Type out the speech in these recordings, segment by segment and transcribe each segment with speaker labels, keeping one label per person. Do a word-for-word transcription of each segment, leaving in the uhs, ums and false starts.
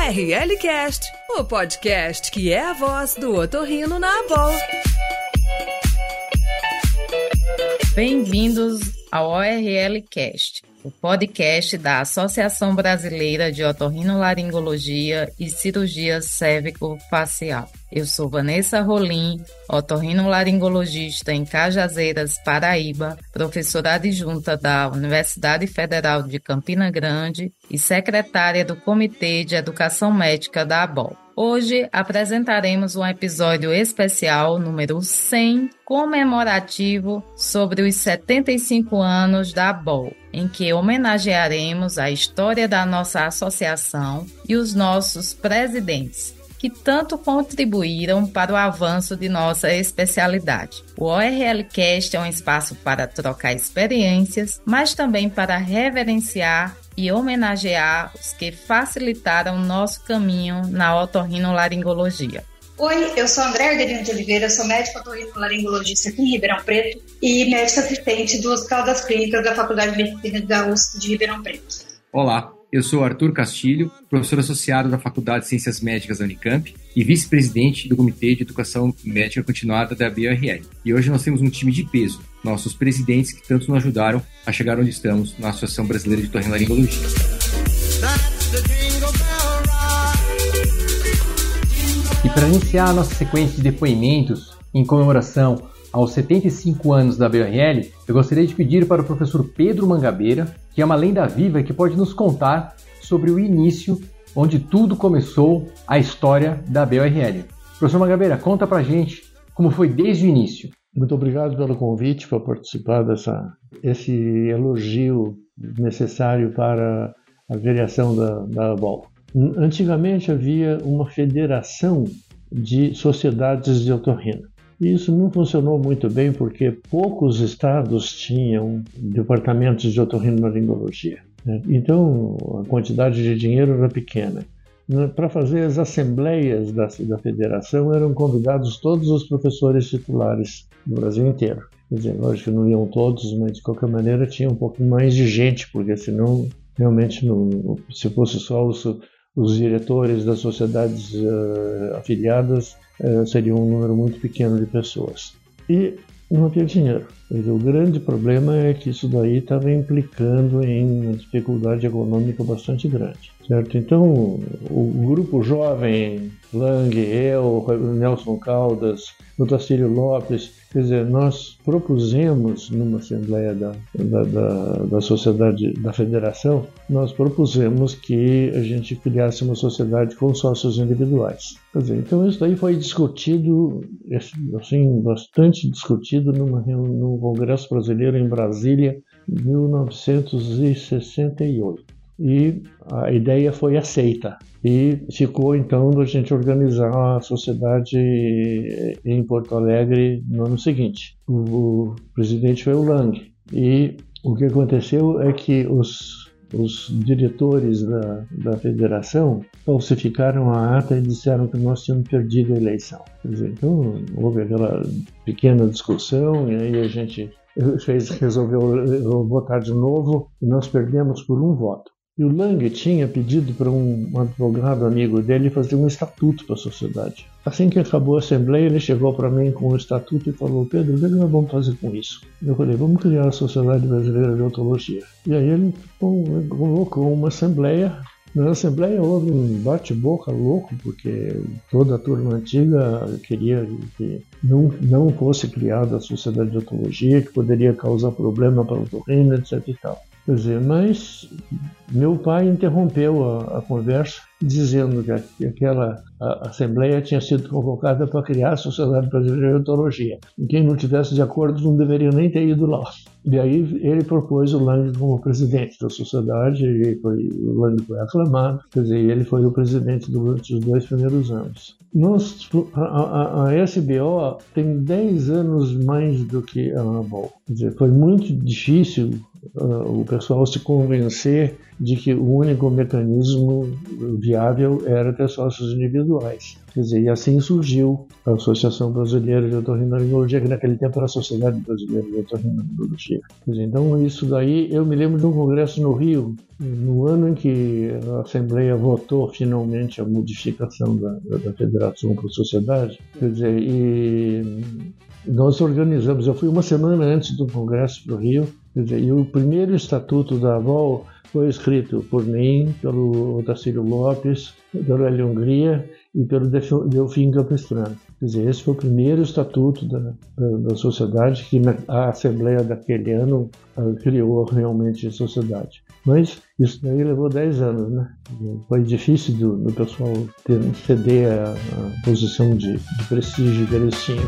Speaker 1: ORLcast, o podcast que é a voz do otorrino na Abol.
Speaker 2: Bem-vindos ao ORLcast, o podcast da Associação Brasileira de Otorrinolaringologia e Cirurgia Cérvico-Facial. Eu sou Vanessa Rolim, otorrinolaringologista em Cajazeiras, Paraíba, professora adjunta da Universidade Federal de Campina Grande e secretária do Comitê de Educação Médica da Abol. Hoje apresentaremos um episódio especial número cem, comemorativo sobre os setenta e cinco anos da Abol, em que homenagearemos a história da nossa associação e os nossos presidentes, que tanto contribuíram para o avanço de nossa especialidade. O ORLcast é um espaço para trocar experiências, mas também para reverenciar e homenagear os que facilitaram nosso caminho na otorrinolaringologia.
Speaker 3: Oi, eu sou Andréa Ardelino de Oliveira, sou médica otorrinolaringologista aqui em Ribeirão Preto e médica assistente do Hospital das Clínicas da Faculdade de Medicina da U S P de Ribeirão Preto.
Speaker 4: Olá, eu sou Arthur Castilho, professor associado da Faculdade de Ciências Médicas da Unicamp e vice-presidente do Comitê de Educação Médica Continuada da B O R L. E hoje nós temos um time de peso, nossos presidentes que tanto nos ajudaram a chegar onde estamos na Associação Brasileira de Otorrinolaringologia.
Speaker 5: E para iniciar a nossa sequência de depoimentos em comemoração aos setenta e cinco anos da B O R L, eu gostaria de pedir para o professor Pedro Mangabeira, que é uma lenda viva e que pode nos contar sobre o início, onde tudo começou, a história da B O R L. Professor Mangabeira, conta pra gente como foi desde o início.
Speaker 6: Muito obrigado pelo convite para participar dessa esse elogio necessário para a vereação da, da Abol. Antigamente havia uma federação de sociedades de otorrino. E isso não funcionou muito bem porque poucos estados tinham departamentos de otorrinolaringologia. Então a quantidade de dinheiro era pequena. Para fazer as assembleias da, da federação eram convidados todos os professores titulares do Brasil inteiro. Quer dizer, lógico que não iam todos, mas de qualquer maneira tinha um pouquinho mais de gente, porque senão realmente não, se fosse só os, os diretores das sociedades uh, afiliadas, uh, seria um número muito pequeno de pessoas. E não havia dinheiro. Quer dizer, o grande problema é que isso daí estava implicando em uma dificuldade econômica bastante grande. Certo? Então, o grupo jovem, Lang, eu, Nelson Caldas, o Tacílio Lopes, quer dizer, nós propusemos numa assembleia da, da, da, da sociedade, da federação, nós propusemos que a gente criasse uma sociedade com sócios individuais. Quer dizer, então isso daí foi discutido, assim, bastante discutido numa, num Congresso Brasileiro em Brasília, em mil novecentos e sessenta e oito. E a ideia foi aceita e ficou então a gente organizar a sociedade em Porto Alegre no ano seguinte. O presidente foi o Lang e o que aconteceu é que os, os diretores da, da federação falsificaram a ata e disseram que nós tínhamos perdido a eleição. Quer dizer, então houve aquela pequena discussão e aí a gente fez, resolveu votar de novo e nós perdemos por um voto. E o Lang tinha pedido para um advogado amigo dele fazer um estatuto para a sociedade. Assim que acabou a assembleia, ele chegou para mim com o estatuto e falou: Pedro, o que nós vamos fazer com isso? Eu falei: vamos criar a Sociedade Brasileira de Odontologia. E aí ele convocou uma assembleia. Na assembleia houve um bate-boca louco, porque toda a turma antiga queria que não, não fosse criada a Sociedade de Odontologia, que poderia causar problema para o otorrino, etc e tal. Quer dizer, mas meu pai interrompeu a, a conversa dizendo que, a, que aquela a, assembleia tinha sido convocada para criar a Sociedade Brasileira de Odontologia. E quem não tivesse de acordo não deveria nem ter ido lá. E aí ele propôs o Lang como presidente da sociedade e foi, o Lang foi aclamado. Quer dizer, ele foi o presidente durante os dois primeiros anos. Nós, a, a, a S B O tem dez anos mais do que a Abol. Quer dizer, foi muito difícil o pessoal se convencer de que o único mecanismo viável era ter sócios individuais. Quer dizer, e assim surgiu a Associação Brasileira de Otorrinolaringologia, que naquele tempo era a Sociedade Brasileira de Otorrinolaringologia. Quer dizer, então, isso daí, eu me lembro de um congresso no Rio, no ano em que a Assembleia votou finalmente a modificação da, da Federação para a Sociedade. Quer dizer, e nós organizamos, eu fui uma semana antes do congresso para o Rio, quer dizer, e o primeiro estatuto da A V O L foi escrito por mim, pelo Otacílio Lopes, pelo Hélio Hungria e pelo Delfim Capistrano. Quer dizer, esse foi o primeiro estatuto da, da, da sociedade que a Assembleia daquele ano uh, criou realmente a sociedade. Mas isso daí levou dez anos, né? Foi difícil do, do pessoal ter, ceder a, a posição de, de prestígio que eles tinham.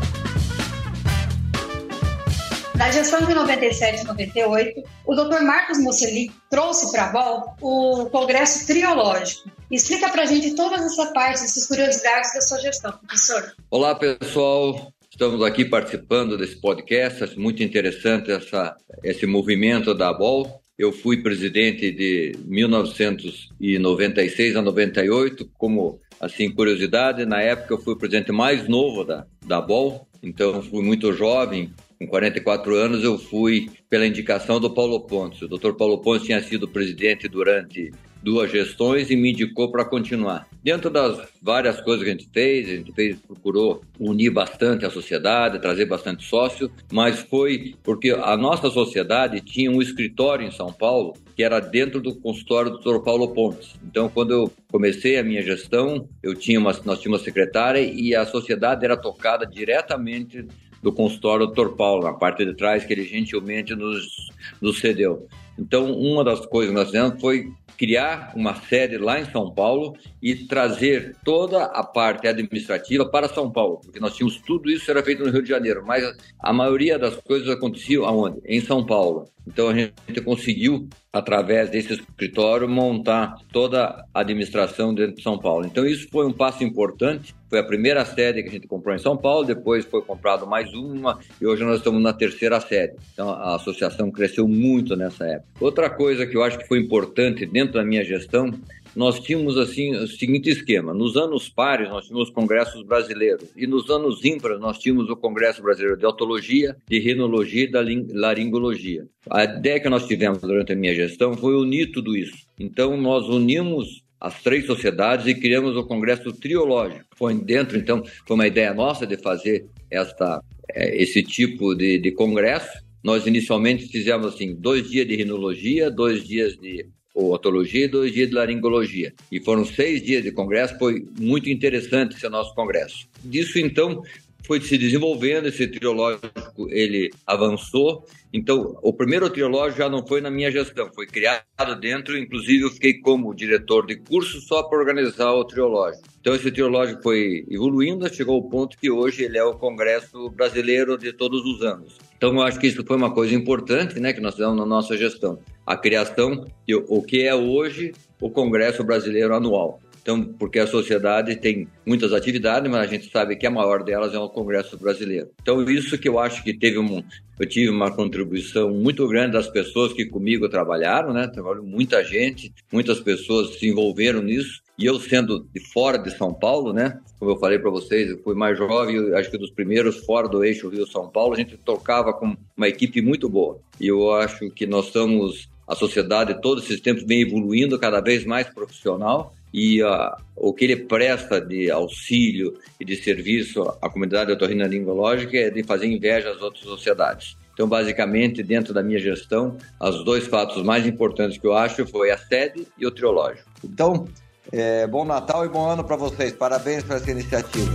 Speaker 3: Na gestão de noventa e sete e noventa e oito, o doutor Marcos Mosselli trouxe para a V O L o Congresso Triológico. Explica para a gente todas essas partes, essas curiosidades da sua gestão, professor.
Speaker 7: Olá, pessoal. Estamos aqui participando desse podcast. Acho muito interessante essa, esse movimento da V O L. Eu fui presidente de mil novecentos e noventa e seis a noventa e oito. Como, assim, curiosidade, na época eu fui o presidente mais novo da, da V O L. Então, fui muito jovem. Com quarenta e quatro anos, eu fui pela indicação do Paulo Pontes. O doutor Paulo Pontes tinha sido presidente durante duas gestões e me indicou para continuar. Dentro das várias coisas que a gente fez, a gente fez, procurou unir bastante a sociedade, trazer bastante sócio, mas foi porque a nossa sociedade tinha um escritório em São Paulo que era dentro do consultório do doutor Paulo Pontes. Então, quando eu comecei a minha gestão, eu tinha uma, nós tínhamos uma secretária e a sociedade era tocada diretamente do consultório do doutor Paulo, na parte de trás, que ele gentilmente nos, nos cedeu. Então, uma das coisas que nós fizemos foi criar uma sede lá em São Paulo e trazer toda a parte administrativa para São Paulo, porque nós tínhamos tudo isso, era feito no Rio de Janeiro, mas a maioria das coisas aconteciam aonde? Em São Paulo. Então a gente conseguiu, através desse escritório, montar toda a administração dentro de São Paulo. Então isso foi um passo importante, foi a primeira sede que a gente comprou em São Paulo, depois foi comprado mais uma e hoje nós estamos na terceira sede. Então a associação cresceu muito nessa época. Outra coisa que eu acho que foi importante dentro da minha gestão, nós tínhamos assim o seguinte esquema: nos anos pares nós tínhamos congressos brasileiros e nos anos ímpares nós tínhamos o Congresso Brasileiro de Otologia, de Rinologia e da Laringologia. A ideia que nós tivemos durante a minha gestão foi unir tudo isso. Então nós unimos as três sociedades e criamos o Congresso Triológico. Foi dentro, então, foi uma ideia nossa de fazer esta, esse tipo de, de congresso. Nós inicialmente fizemos assim, dois dias de rinologia, dois dias de otologia e dois dias de laringologia. E foram seis dias de congresso, foi muito interessante esse nosso congresso. Disso, então, foi se desenvolvendo, esse triológico, ele avançou. Então, o primeiro triológico já não foi na minha gestão, foi criado dentro, inclusive eu fiquei como diretor de curso só para organizar o triológico. Então, esse triológico foi evoluindo, chegou ao ponto que hoje ele é o Congresso Brasileiro de todos os anos. Então, eu acho que isso foi uma coisa importante, né, que nós fizemos na nossa gestão. A criação de o que é hoje o Congresso Brasileiro Anual. Então, porque a sociedade tem muitas atividades, mas a gente sabe que a maior delas é o Congresso Brasileiro. Então, isso que eu acho que teve um... Eu tive uma contribuição muito grande das pessoas que comigo trabalharam, né? Trabalhou muita gente, muitas pessoas se envolveram nisso. E eu, sendo de fora de São Paulo, né? Como eu falei para vocês, eu fui mais jovem, eu acho que dos primeiros fora do eixo Rio-São Paulo, a gente tocava com uma equipe muito boa. E eu acho que nós estamos... A sociedade, todos esses tempos, vem evoluindo cada vez mais profissional. E uh, o que ele presta de auxílio e de serviço à comunidade otorrinolaringológica é de fazer inveja às outras sociedades. Então, basicamente, dentro da minha gestão, os dois fatos mais importantes que eu acho foi a sede e o triológico.
Speaker 8: Então, é, bom Natal e bom ano para vocês. Parabéns por essa iniciativa.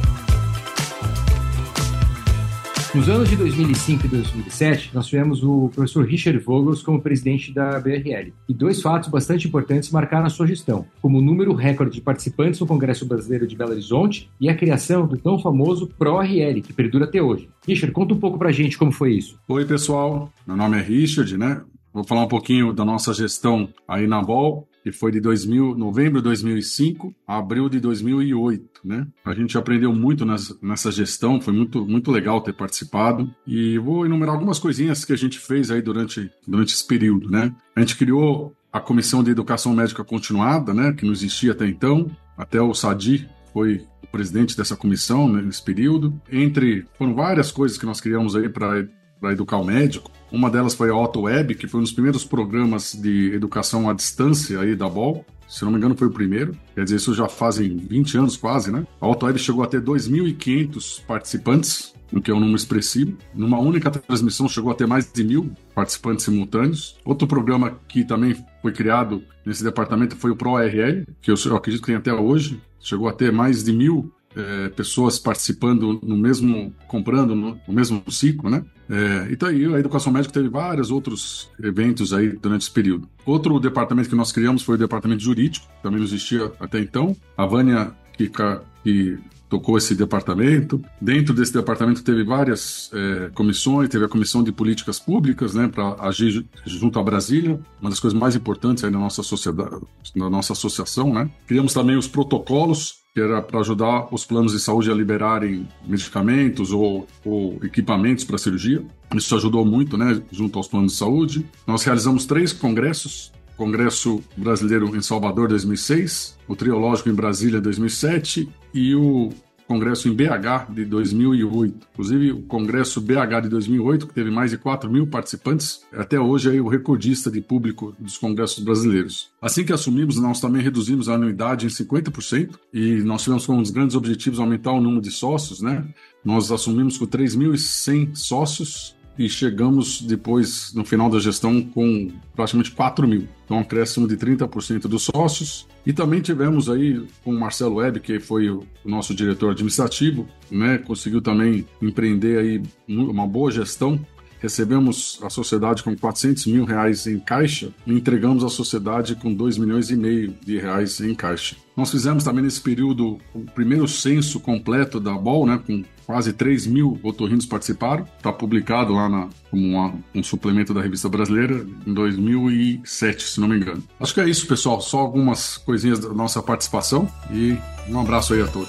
Speaker 4: Nos anos de dois mil e cinco e dois mil e sete, nós tivemos o professor Richard Vogels como presidente da B R L. E dois fatos bastante importantes marcaram a sua gestão, como o número recorde de participantes no Congresso Brasileiro de Belo Horizonte e a criação do tão famoso ProRL, que perdura até hoje. Richard, conta um pouco pra gente como foi isso.
Speaker 9: Oi, pessoal. Meu nome é Richard, né? Vou falar um pouquinho da nossa gestão aí na B O L. que foi de dois mil, novembro de dois mil e cinco a abril de dois mil e oito, né? A gente aprendeu muito nessa, nessa gestão, foi muito, muito legal ter participado. E vou enumerar algumas coisinhas que a gente fez aí durante, durante esse período, né? A gente criou a Comissão de Educação Médica Continuada, né? Que não existia até então, até o Sadi foi o presidente dessa comissão, né, nesse período. Entre, foram várias coisas que nós criamos aí para para educar o médico. Uma delas foi a AutoWeb, que foi um dos primeiros programas de educação à distância aí da B O L. Se não me engano, foi o primeiro. Quer dizer, isso já fazem vinte anos quase, né? A AutoWeb chegou a ter dois mil e quinhentos participantes, o que é um número expressivo. Numa única transmissão, chegou a ter mais de mil participantes simultâneos. Outro programa que também foi criado nesse departamento foi o ProRL, que eu, eu acredito que tem até hoje. Chegou a ter mais de mil É, pessoas participando no mesmo, comprando no, no mesmo ciclo, né? É, então aí a educação médica teve vários outros eventos aí durante esse período. Outro departamento que nós criamos foi o departamento jurídico, que também não existia até então. A Vânia que, que tocou esse departamento. Dentro desse departamento teve várias é, comissões, teve a Comissão de Políticas Públicas, né, para agir junto a Brasília, uma das coisas mais importantes aí na nossa sociedade, na nossa associação, né? Criamos também os protocolos, que era para ajudar os planos de saúde a liberarem medicamentos ou, ou equipamentos para cirurgia. Isso ajudou muito, né, junto aos planos de saúde. Nós realizamos três congressos. Congresso Brasileiro em Salvador, dois mil e seis, o Triológico em Brasília, dois mil e sete, e o Congresso em B H, de dois mil e oito. Inclusive, o Congresso B H de dois mil e oito, que teve mais de quatro mil participantes, até hoje é o recordista de público dos congressos brasileiros. Assim que assumimos, nós também reduzimos a anuidade em cinquenta por cento, e nós tivemos como um dos grandes objetivos aumentar o número de sócios, né? Nós assumimos com três mil e cem sócios, e chegamos depois, no final da gestão, com praticamente quatro mil. Então, um acréscimo de trinta por cento dos sócios. E também tivemos aí com o Marcelo Webb, que foi o nosso diretor administrativo, né, conseguiu também empreender aí uma boa gestão. Recebemos a sociedade com quatrocentos mil reais em caixa e entregamos a sociedade com dois milhões e meio de reais em caixa. Nós fizemos também nesse período o primeiro censo completo da B O L, né, com quase três mil otorrinos participaram. Está publicado lá na, como uma, um suplemento da Revista Brasileira em dois mil e sete, se não me engano. Acho que é isso, pessoal. Só algumas coisinhas da nossa participação e um abraço aí a todos.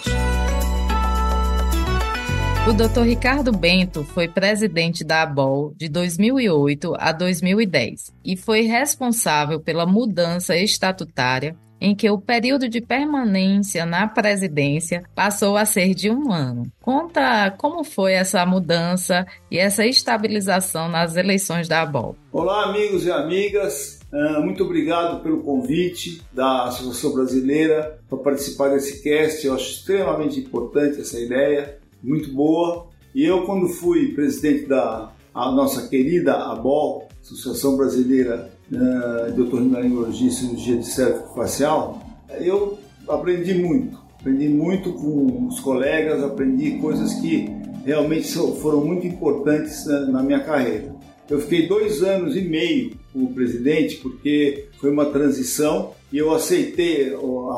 Speaker 2: O doutor Ricardo Bento foi presidente da A B O L de dois mil e oito a dois mil e dez e foi responsável pela mudança estatutária em que o período de permanência na presidência passou a ser de um ano. Conta como foi essa mudança e essa estabilização nas eleições da A B O L.
Speaker 10: Olá, amigos e amigas. Muito obrigado pelo convite da Associação Brasileira para participar desse cast. Eu acho extremamente importante essa ideia, muito boa. E eu, quando fui presidente da a nossa querida A B O L, Associação Brasileira uh, de Otorrinolaringologia e Cirurgia de Cérvico-Facial, eu aprendi muito. Aprendi muito com os colegas, aprendi coisas que realmente foram muito importantes na, na minha carreira. Eu fiquei dois anos e meio como presidente, porque foi uma transição e eu aceitei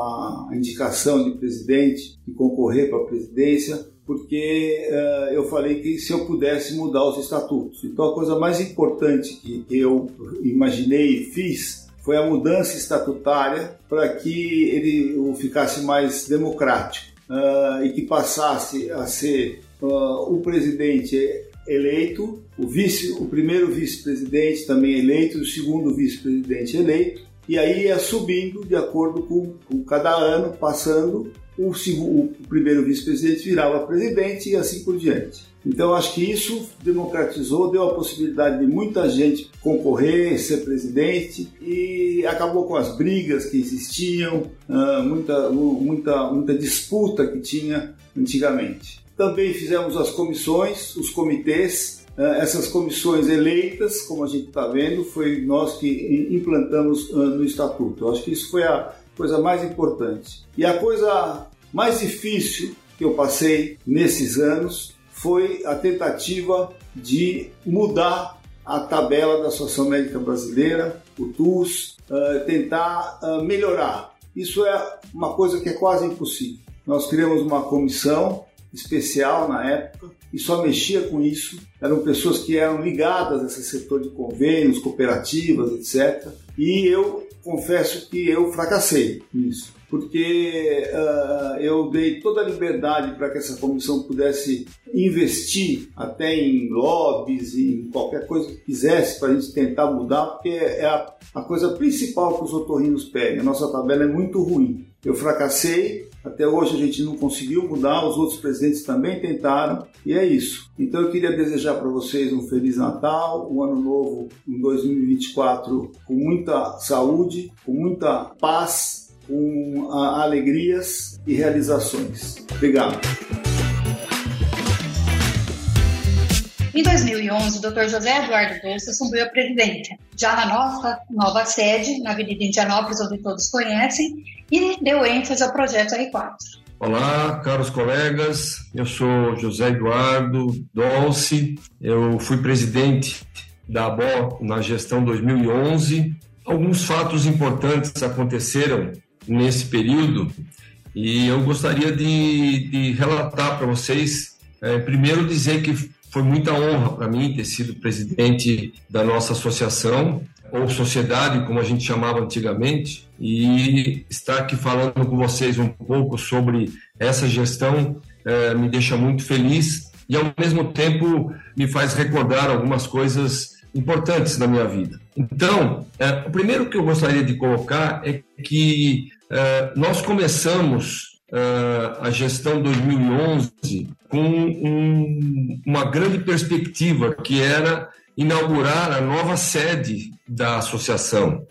Speaker 10: a indicação de presidente de concorrer para a presidência, porque uh, eu falei que se eu pudesse mudar os estatutos. Então a coisa mais importante que eu imaginei e fiz foi a mudança estatutária para que ele ficasse mais democrático uh, e que passasse a ser uh, o presidente eleito, o, vice, o primeiro vice-presidente também eleito, o segundo vice-presidente eleito, e aí ia subindo de acordo com, com cada ano, passando, o, segundo, o primeiro vice-presidente virava presidente e assim por diante. Então acho que isso democratizou, deu a possibilidade de muita gente concorrer, ser presidente, e acabou com as brigas que existiam, muita, muita, muita disputa que tinha antigamente. Também fizemos as comissões, os comitês, essas comissões eleitas, como a gente está vendo, foi nós que implantamos no Estatuto. Eu acho que isso foi a coisa mais importante. E a coisa mais difícil que eu passei nesses anos foi a tentativa de mudar a tabela da Associação Médica Brasileira, o T U S, tentar melhorar. Isso é uma coisa que é quase impossível. Nós criamos uma comissão especial na época, e só mexia com isso. Eram pessoas que eram ligadas a esse setor de convênios, cooperativas, etcétera. E eu confesso que eu fracassei nisso, porque uh, eu dei toda a liberdade para que essa comissão pudesse investir até em lobbies e em qualquer coisa que quisesse para a gente tentar mudar, porque é a, a coisa principal que os otorrinos pedem. A nossa tabela é muito ruim. Eu fracassei, até hoje a gente não conseguiu mudar, os outros presidentes também tentaram, e é isso. Então eu queria desejar para vocês um Feliz Natal, um Ano Novo em dois mil e vinte e quatro com muita saúde, com muita paz, com uh, alegrias e realizações. Obrigado.
Speaker 3: Em dois mil e onze, o doutor José Eduardo Dolce assumiu a presidência, já na nossa nova sede, na Avenida Indianópolis, onde todos conhecem, e deu ênfase ao projeto R quatro.
Speaker 11: Olá, caros colegas, eu sou José Eduardo Dolce, eu fui presidente da A B O na gestão dois mil e onze. Alguns fatos importantes aconteceram nesse período e eu gostaria de, de relatar para vocês, é, primeiro dizer que foi muita honra para mim ter sido presidente da nossa associação, ou sociedade, como a gente chamava antigamente, e estar aqui falando com vocês um pouco sobre essa gestão eh, me deixa muito feliz e, ao mesmo tempo, me faz recordar algumas coisas importantes na minha vida. Então, eh, o primeiro que eu gostaria de colocar é que eh, nós começamos Uh, a gestão dois mil e onze com um, uma grande perspectiva, que era inaugurar a nova sede da associação.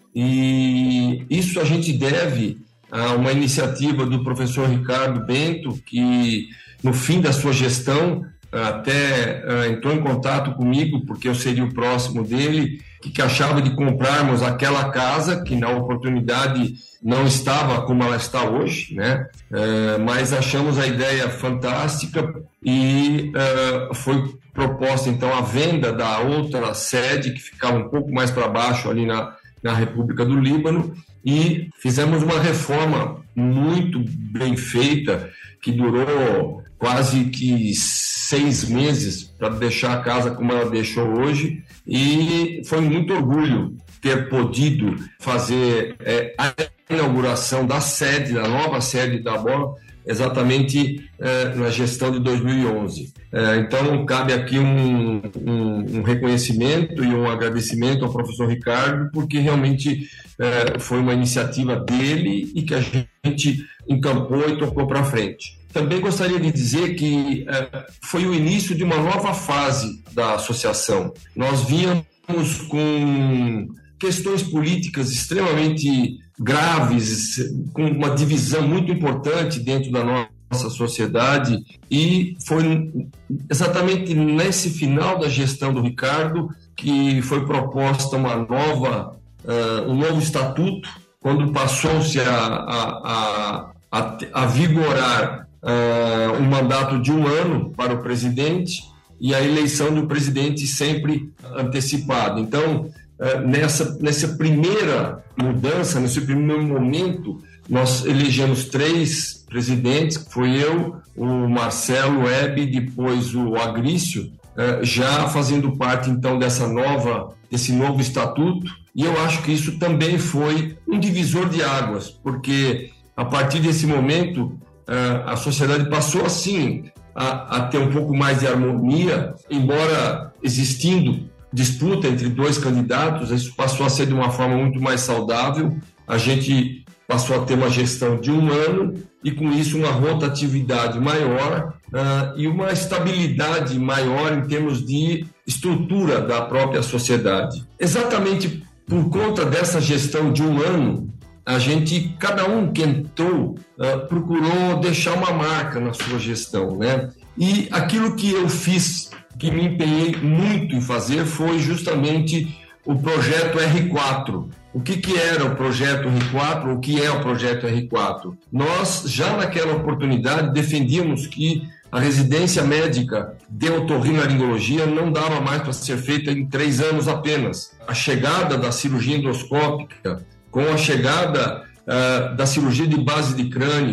Speaker 11: E isso a gente deve a uma iniciativa do professor Ricardo Bento, que no fim da sua gestão até uh, entrou em contato comigo, porque eu seria o próximo dele, que, que achava de comprarmos aquela casa, que na oportunidade não estava como ela está hoje, né? Uh, mas achamos a ideia fantástica e uh, foi proposta então a venda da outra sede, que ficava um pouco mais para baixo ali na, na República do Líbano, e fizemos uma reforma muito bem feita, que durou quase que seis meses para deixar a casa como ela deixou hoje, e foi muito orgulho ter podido fazer é, a inauguração da sede, da nova sede da A B O, exatamente é, na gestão de dois mil e onze. É, então, cabe aqui um, um, um reconhecimento e um agradecimento ao professor Ricardo, porque realmente é, foi uma iniciativa dele e que a gente encampou e tocou para frente. Também gostaria de dizer que é, foi o início de uma nova fase da associação. Nós vínhamos com questões políticas extremamente graves, com uma divisão muito importante dentro da nossa sociedade, e foi exatamente nesse final da gestão do Ricardo que foi proposta uma nova, uh, um novo estatuto, quando passou-se a, a, a, a vigorar uh, um mandato de um ano para o presidente e a eleição do presidente sempre antecipada. Então, Nessa, nessa primeira mudança, nesse primeiro momento, nós elegemos três presidentes, que foi eu, o Marcelo Hebe, depois o Agrício, já fazendo parte então dessa nova, desse novo estatuto, e eu acho que isso também foi um divisor de águas, porque a partir desse momento a sociedade passou assim a, a ter um pouco mais de harmonia, embora existindo disputa entre dois candidatos, isso passou a ser de uma forma muito mais saudável. A gente passou a ter uma gestão de um ano e, com isso, uma rotatividade maior uh, e uma estabilidade maior em termos de estrutura da própria sociedade. Exatamente por conta dessa gestão de um ano, a gente, cada um que entrou, uh, procurou deixar uma marca na sua gestão, né? E aquilo que eu fiz, que me empenhei muito em fazer, foi justamente o projeto R quatro. O que, que era o projeto R quatro? O que é o projeto R quatro? Nós, já naquela oportunidade, defendíamos que a residência médica de otorrinolaringologia não dava mais para ser feita em três anos apenas. A chegada da cirurgia endoscópica, com a chegada uh, da cirurgia de base de crânio,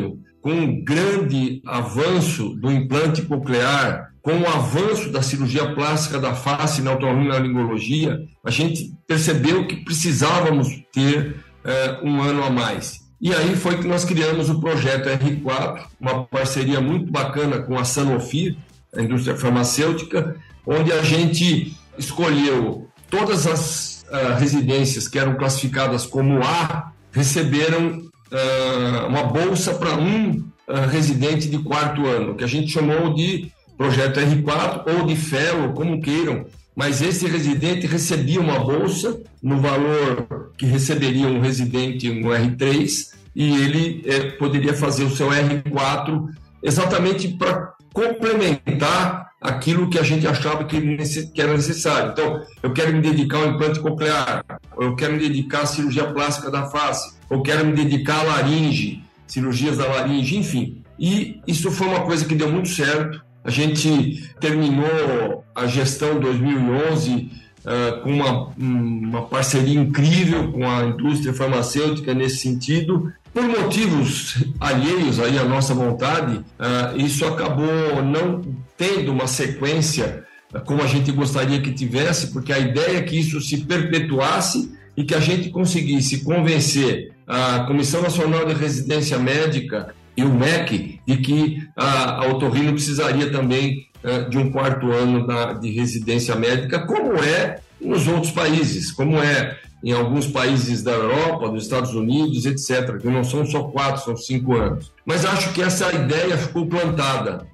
Speaker 11: com um grande avanço do implante coclear, com o avanço da cirurgia plástica da face na otorrinolaringologia, a gente percebeu que precisávamos ter é, um ano a mais. E aí foi que nós criamos o projeto R quatro, uma parceria muito bacana com a Sanofi, a indústria farmacêutica, onde a gente escolheu todas as uh, residências que eram classificadas como A, receberam uh, uma bolsa para um uh, residente de quarto ano, que a gente chamou de projeto R quatro ou de fellow, como queiram, mas esse residente recebia uma bolsa no valor que receberia um residente no R três e ele eh, poderia fazer o seu R quatro exatamente para complementar aquilo que a gente achava que era necessário. Então, eu quero me dedicar ao implante coclear, eu quero me dedicar à cirurgia plástica da face, eu quero me dedicar à laringe, cirurgias da laringe, enfim. E isso foi uma coisa que deu muito certo. A gente terminou a gestão dois mil e onze uh, com uma, uma parceria incrível com a indústria farmacêutica nesse sentido. Por motivos alheios aí à nossa vontade, uh, isso acabou não tendo uma sequência uh, como a gente gostaria que tivesse, porque a ideia é que isso se perpetuasse e que a gente conseguisse convencer a Comissão Nacional de Residência Médica e o M E C de que a, a otorrino precisaria também uh, de um quarto ano da, de residência médica, como é nos outros países, como é em alguns países da Europa, dos Estados Unidos, etcétera, que não são só quatro, são cinco anos. Mas acho que essa ideia ficou plantada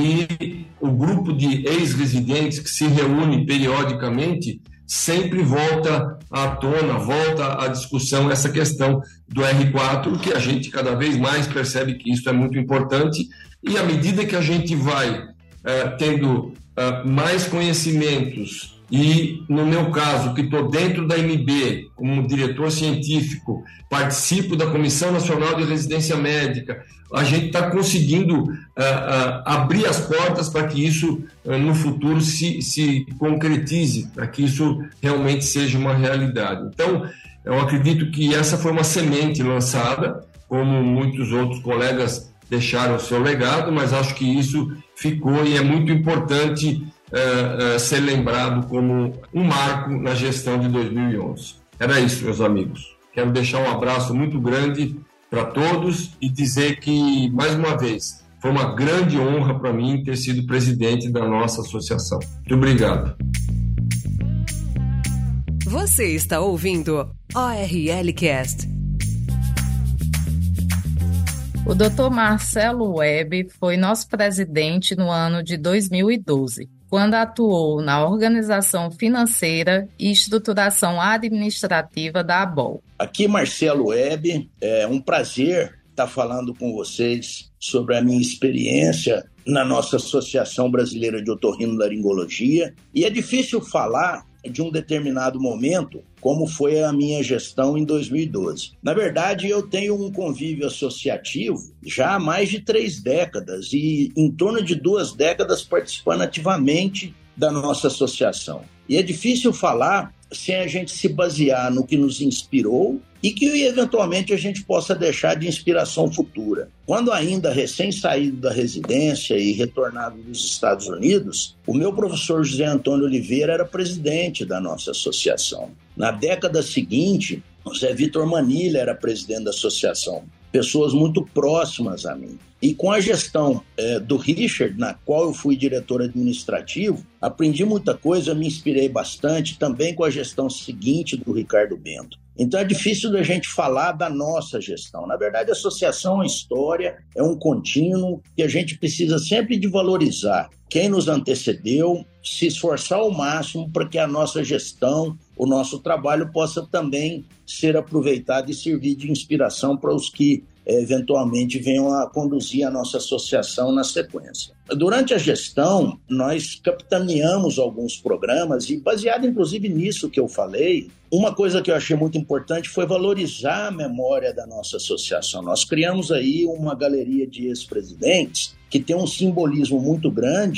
Speaker 11: e o grupo de ex-residentes que se reúne periodicamente sempre volta à tona, volta à discussão essa questão do R quatro, que a gente cada vez mais percebe que isso é muito importante, e à medida que a gente vai eh, tendo eh, mais conhecimentos, e no meu caso, que estou dentro da M B, como diretor científico, participo da Comissão Nacional de Residência Médica, a gente está conseguindo uh, uh, abrir as portas para que isso uh, no futuro se, se concretize, para que isso realmente seja uma realidade. Então, eu acredito que essa foi uma semente lançada, como muitos outros colegas deixaram o seu legado, mas acho que isso ficou e é muito importante uh, uh, ser lembrado como um marco na gestão de dois mil e onze. Era isso, meus amigos. Quero deixar um abraço muito grande para todos e dizer que, mais uma vez, foi uma grande honra para mim ter sido presidente da nossa associação. Muito obrigado.
Speaker 1: Você está ouvindo O R L Cast.
Speaker 2: O doutor Marcelo Webb foi nosso presidente no ano de dois mil e doze, quando atuou na organização financeira e estruturação administrativa da A B O L.
Speaker 12: Aqui, Marcelo Webb, é um prazer estar falando com vocês sobre a minha experiência na nossa Associação Brasileira de Otorrinolaringologia. E é difícil falar de um determinado momento, como foi a minha gestão em dois mil e doze. Na verdade, eu tenho um convívio associativo já há mais de três décadas e em torno de duas décadas participando ativamente da nossa associação. E é difícil falar sem a gente se basear no que nos inspirou e que eventualmente a gente possa deixar de inspiração futura. Quando ainda recém-saído da residência e retornado dos Estados Unidos, o meu professor José Antônio Oliveira era presidente da nossa associação. Na década seguinte, o Zé Vitor Manilha era presidente da associação. Pessoas muito próximas a mim. E com a gestão é, do Richard, na qual eu fui diretor administrativo, aprendi muita coisa, me inspirei bastante, também com a gestão seguinte do Ricardo Bento. Então é difícil da gente falar da nossa gestão. Na verdade, a associação é uma história, é um contínuo que a gente precisa sempre de valorizar quem nos antecedeu, se esforçar ao máximo para que a nossa gestão, o nosso trabalho possa também ser aproveitado e servir de inspiração para os que eventualmente venham a conduzir a nossa associação na sequência. Durante a gestão, nós capitaneamos alguns programas e, baseado inclusive nisso que eu falei, uma coisa que eu achei muito importante foi valorizar a memória da nossa associação. Nós criamos aí uma galeria de ex-presidentes que tem um simbolismo muito grande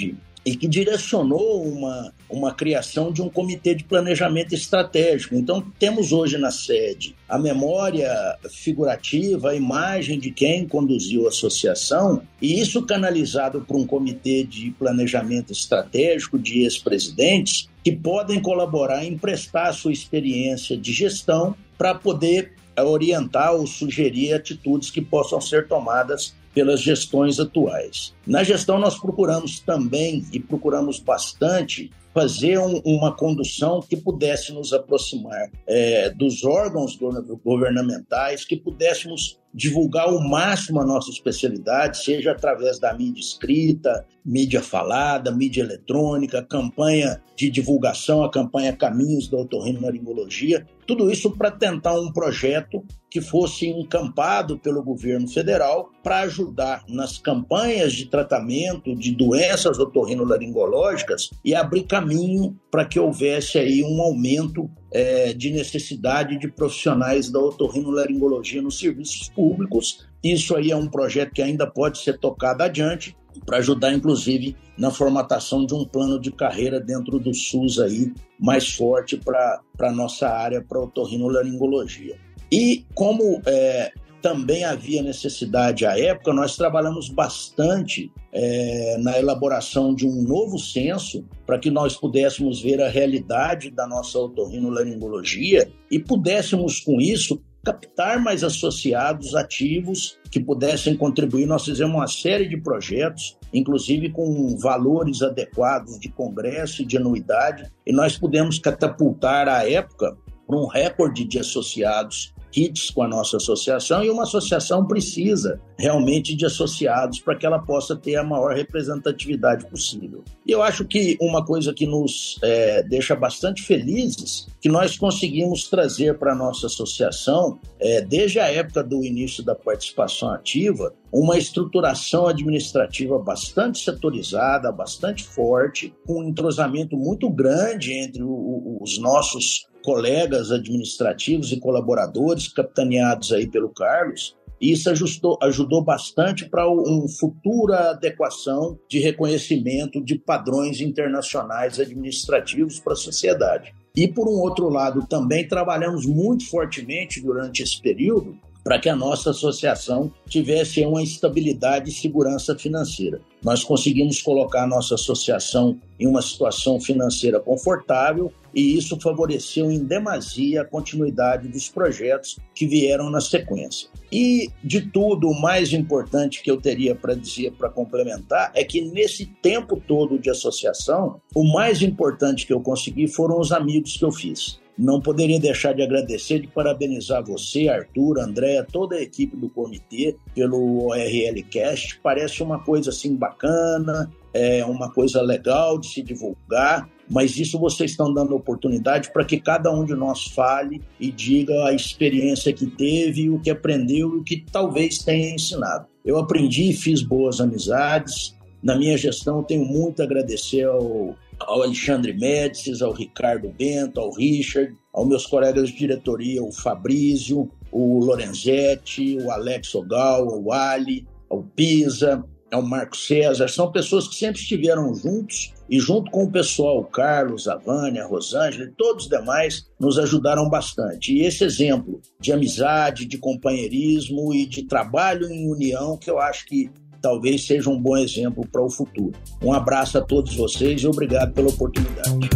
Speaker 12: e que direcionou uma, uma criação de um comitê de planejamento estratégico. Então, temos hoje na sede a memória figurativa, a imagem de quem conduziu a associação, e isso canalizado por um comitê de planejamento estratégico de ex-presidentes que podem colaborar e emprestar a sua experiência de gestão para poder orientar ou sugerir atitudes que possam ser tomadas pelas gestões atuais. Na gestão nós procuramos também, e procuramos bastante, fazer um, uma condução que pudesse nos aproximar é, dos órgãos governamentais, que pudéssemos divulgar ao máximo a nossa especialidade, seja através da mídia escrita, mídia falada, mídia eletrônica, campanha de divulgação, a campanha Caminhos da Otorrinolaringologia, tudo isso para tentar um projeto que fosse encampado pelo governo federal para ajudar nas campanhas de tratamento de doenças otorrinolaringológicas e abrir caminho para que houvesse aí um aumento é, de necessidade de profissionais da otorrinolaringologia nos serviços públicos. Isso aí é um projeto que ainda pode ser tocado adiante para ajudar, inclusive, na formatação de um plano de carreira dentro do SUS aí, mais forte para a nossa área, para a otorrinolaringologia. E como é, também havia necessidade à época, nós trabalhamos bastante é, na elaboração de um novo censo para que nós pudéssemos ver a realidade da nossa otorrinolaringologia e pudéssemos, com isso, captar mais associados ativos que pudessem contribuir. Nós fizemos uma série de projetos, inclusive com valores adequados de congresso e de anuidade, e nós pudemos catapultar, à época, para um recorde de associados kits com a nossa associação, e uma associação precisa realmente de associados para que ela possa ter a maior representatividade possível. E eu acho que uma coisa que nos é, deixa bastante felizes, que nós conseguimos trazer para a nossa associação, é, desde a época do início da participação ativa, uma estruturação administrativa bastante setorizada, bastante forte, com um entrosamento muito grande entre o, o, os nossos colegas administrativos e colaboradores, capitaneados aí pelo Carlos, e isso ajustou, ajudou bastante para uma futura adequação de reconhecimento de padrões internacionais administrativos para a sociedade. E, por um outro lado, também trabalhamos muito fortemente durante esse período para que a nossa associação tivesse uma estabilidade e segurança financeira. Nós conseguimos colocar a nossa associação em uma situação financeira confortável e isso favoreceu em demasia a continuidade dos projetos que vieram na sequência. E, de tudo, o mais importante que eu teria para dizer, para complementar, é que nesse tempo todo de associação, o mais importante que eu consegui foram os amigos que eu fiz. Não poderia deixar de agradecer, de parabenizar você, Arthur, André, toda a equipe do comitê pelo O R L Cast. Parece uma coisa assim bacana, é uma coisa legal de se divulgar, mas isso vocês estão dando oportunidade para que cada um de nós fale e diga a experiência que teve, o que aprendeu e o que talvez tenha ensinado. Eu aprendi e fiz boas amizades. Na minha gestão, eu tenho muito a agradecer ao ao Alexandre Médicis, ao Ricardo Bento, ao Richard, aos meus colegas de diretoria, o Fabrício, o Lorenzetti, o Alex Ogal, o Ali, ao Pisa, ao Marco César. São pessoas que sempre estiveram juntos e junto com o pessoal, o Carlos, a Vânia, a Rosângela e todos os demais nos ajudaram bastante. E esse exemplo de amizade, de companheirismo e de trabalho em união, que eu acho que talvez seja um bom exemplo para o futuro. Um abraço a todos vocês e obrigado pela oportunidade.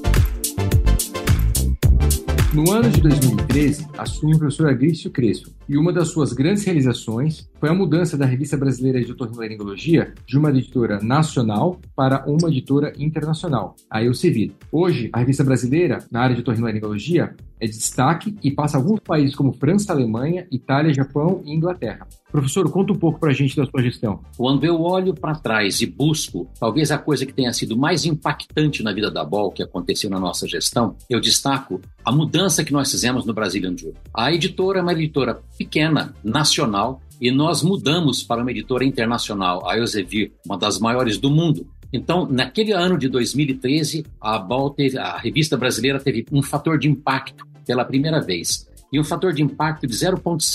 Speaker 4: No ano de dois mil e treze, assume o professor Agrício Crespo, e uma das suas grandes realizações foi a mudança da Revista Brasileira de Otorrinolaringologia de uma editora nacional para uma editora internacional, a Elsevier. Hoje, a revista brasileira, na área de otorrinolaringologia, é de destaque e passa alguns países como França, Alemanha, Itália, Japão e Inglaterra. Professor, conta um pouco para a gente da sua gestão.
Speaker 13: Quando eu olho para trás e busco, talvez a coisa que tenha sido mais impactante na vida da B O L, que aconteceu na nossa gestão, eu destaco a mudança que nós fizemos no Brazilian Journal. A editora é uma editora pequena, nacional, e nós mudamos para uma editora internacional, a Elsevier, uma das maiores do mundo. Então, naquele ano de dois mil e treze, a B O L teve, a revista brasileira teve um fator de impacto pela primeira vez. E um fator de impacto de zero vírgula cinco,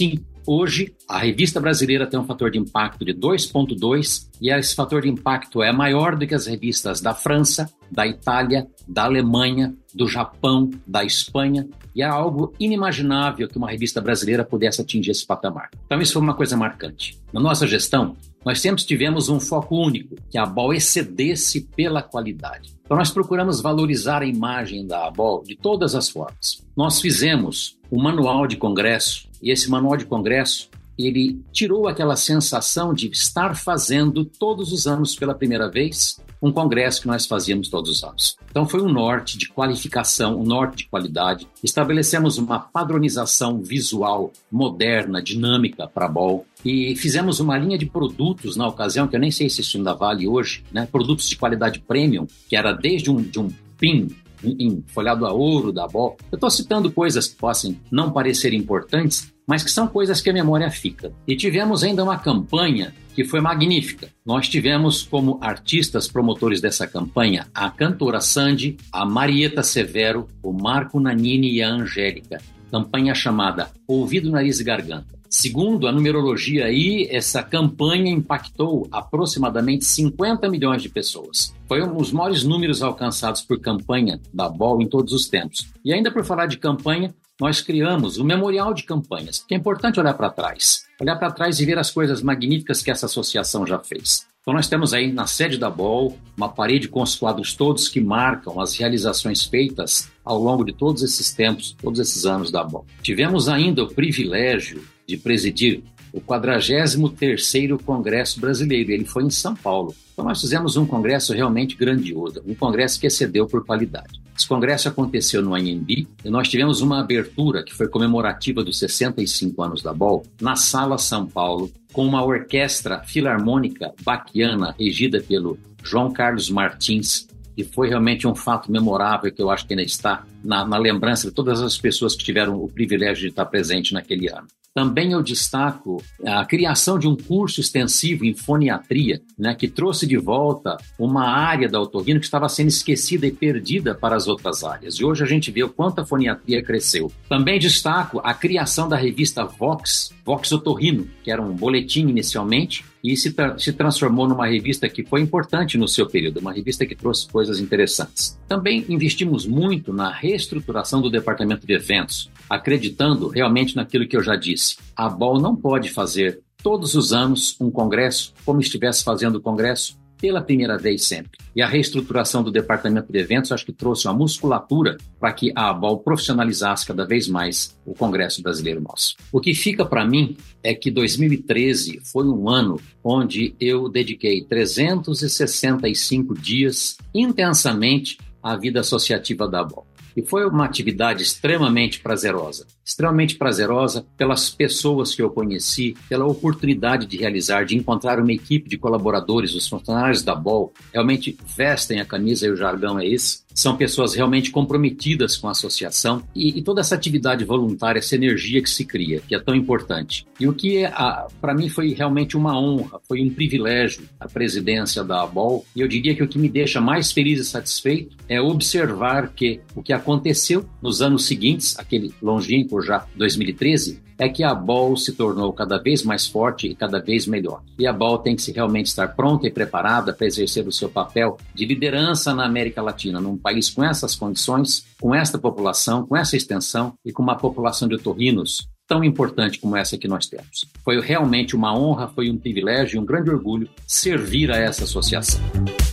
Speaker 13: Hoje, a revista brasileira tem um fator de impacto de dois vírgula dois e esse fator de impacto é maior do que as revistas da França, da Itália, da Alemanha, do Japão, da Espanha, e é algo inimaginável que uma revista brasileira pudesse atingir esse patamar. Então isso foi uma coisa marcante. Na nossa gestão, nós sempre tivemos um foco único, que a ABOL excedesse pela qualidade. Então nós procuramos valorizar a imagem da ABOL de todas as formas. Nós fizemos um manual de congresso, e esse manual de congresso, ele tirou aquela sensação de estar fazendo todos os anos pela primeira vez um congresso que nós fazíamos todos os anos. Então foi um norte de qualificação, um norte de qualidade. Estabelecemos uma padronização visual moderna, dinâmica para a ABOL e fizemos uma linha de produtos na ocasião, que eu nem sei se isso ainda vale hoje, né? Produtos de qualidade premium, que era desde um, de um pin em folhado a ouro da ABOL. Eu estou citando coisas que possam não parecer importantes, mas que são coisas que a memória fica. E tivemos ainda uma campanha que foi magnífica. Nós tivemos como artistas promotores dessa campanha a cantora Sandy, a Marieta Severo, o Marco Nanini e a Angélica. Campanha chamada Ouvido, Nariz e Garganta. Segundo a numerologia aí, essa campanha impactou aproximadamente cinquenta milhões de pessoas. Foi um dos maiores números alcançados por campanha da ABOL em todos os tempos. E ainda por falar de campanha, nós criamos o memorial de campanhas, porque é importante olhar para trás. Olhar para trás e ver as coisas magníficas que essa associação já fez. Então nós temos aí na sede da ABOL uma parede com os quadros todos que marcam as realizações feitas ao longo de todos esses tempos, todos esses anos da ABOL. Tivemos ainda o privilégio de presidir o quadragésimo terceiro Congresso Brasileiro. Ele foi em São Paulo. Então nós fizemos um congresso realmente grandioso, um congresso que excedeu por qualidade. Esse congresso aconteceu no Anhembi e nós tivemos uma abertura que foi comemorativa dos sessenta e cinco anos da ABOL na Sala São Paulo, com uma orquestra filarmônica baquiana regida pelo João Carlos Martins, e foi realmente um fato memorável que eu acho que ainda está na, na lembrança de todas as pessoas que tiveram o privilégio de estar presente naquele ano. Também eu destaco a criação de um curso extensivo em foniatria, né, que trouxe de volta uma área da otorrino que estava sendo esquecida e perdida para as outras áreas. E hoje a gente vê o quanto a foniatria cresceu. Também destaco a criação da revista Vox, Vox Otorrino, que era um boletim inicialmente, e se, tra- se transformou numa revista que foi importante no seu período, uma revista que trouxe coisas interessantes. Também investimos muito na reestruturação do departamento de eventos, acreditando realmente naquilo que eu já disse. A ABOL não pode fazer todos os anos um congresso como estivesse fazendo o congresso pela primeira vez sempre. E a reestruturação do departamento de eventos acho que trouxe uma musculatura para que a ABOL profissionalizasse cada vez mais o Congresso Brasileiro nosso. O que fica para mim é que dois mil e treze foi um ano onde eu dediquei trezentos e sessenta e cinco dias intensamente à vida associativa da ABOL. E foi uma atividade extremamente prazerosa, extremamente prazerosa pelas pessoas que eu conheci, pela oportunidade de realizar, de encontrar uma equipe de colaboradores, os funcionários da ABOL, realmente vestem a camisa e o jargão é esse. São pessoas realmente comprometidas com a associação e, e toda essa atividade voluntária, essa energia que se cria, que é tão importante. E o que, para mim, foi realmente uma honra, foi um privilégio a presidência da ABOL. E eu diria que o que me deixa mais feliz e satisfeito é observar que o que aconteceu nos anos seguintes, aquele longínquo já dois mil e treze, é que a ABOL se tornou cada vez mais forte e cada vez melhor. E a ABOL tem que realmente estar pronta e preparada para exercer o seu papel de liderança na América Latina, num país com essas condições, com esta população, com essa extensão e com uma população de otorrinos tão importante como essa que nós temos. Foi realmente uma honra, foi um privilégio e um grande orgulho servir a essa associação.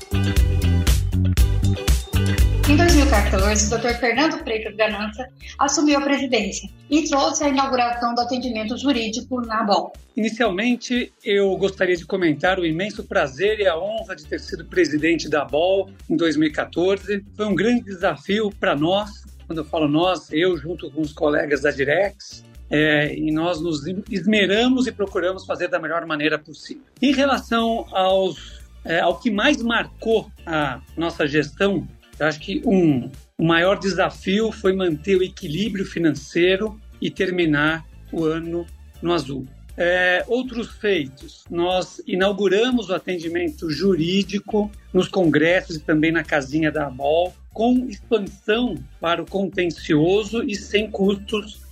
Speaker 3: Em dois mil e quatorze, o doutor Fernando Freitas Ganança assumiu a presidência e trouxe a inauguração do atendimento jurídico na ABOL.
Speaker 14: Inicialmente, eu gostaria de comentar o imenso prazer e a honra de ter sido presidente da ABOL em dois mil e quatorze. Foi um grande desafio para nós, quando eu falo nós, eu junto com os colegas da Direx, é, e nós nos esmeramos e procuramos fazer da melhor maneira possível. Em relação aos, é, ao que mais marcou a nossa gestão, eu acho que um, o maior desafio foi manter o equilíbrio financeiro e terminar o ano no azul. É, outros feitos, nós inauguramos o atendimento jurídico nos congressos e também na casinha da ABOL, com expansão para o contencioso e sem custos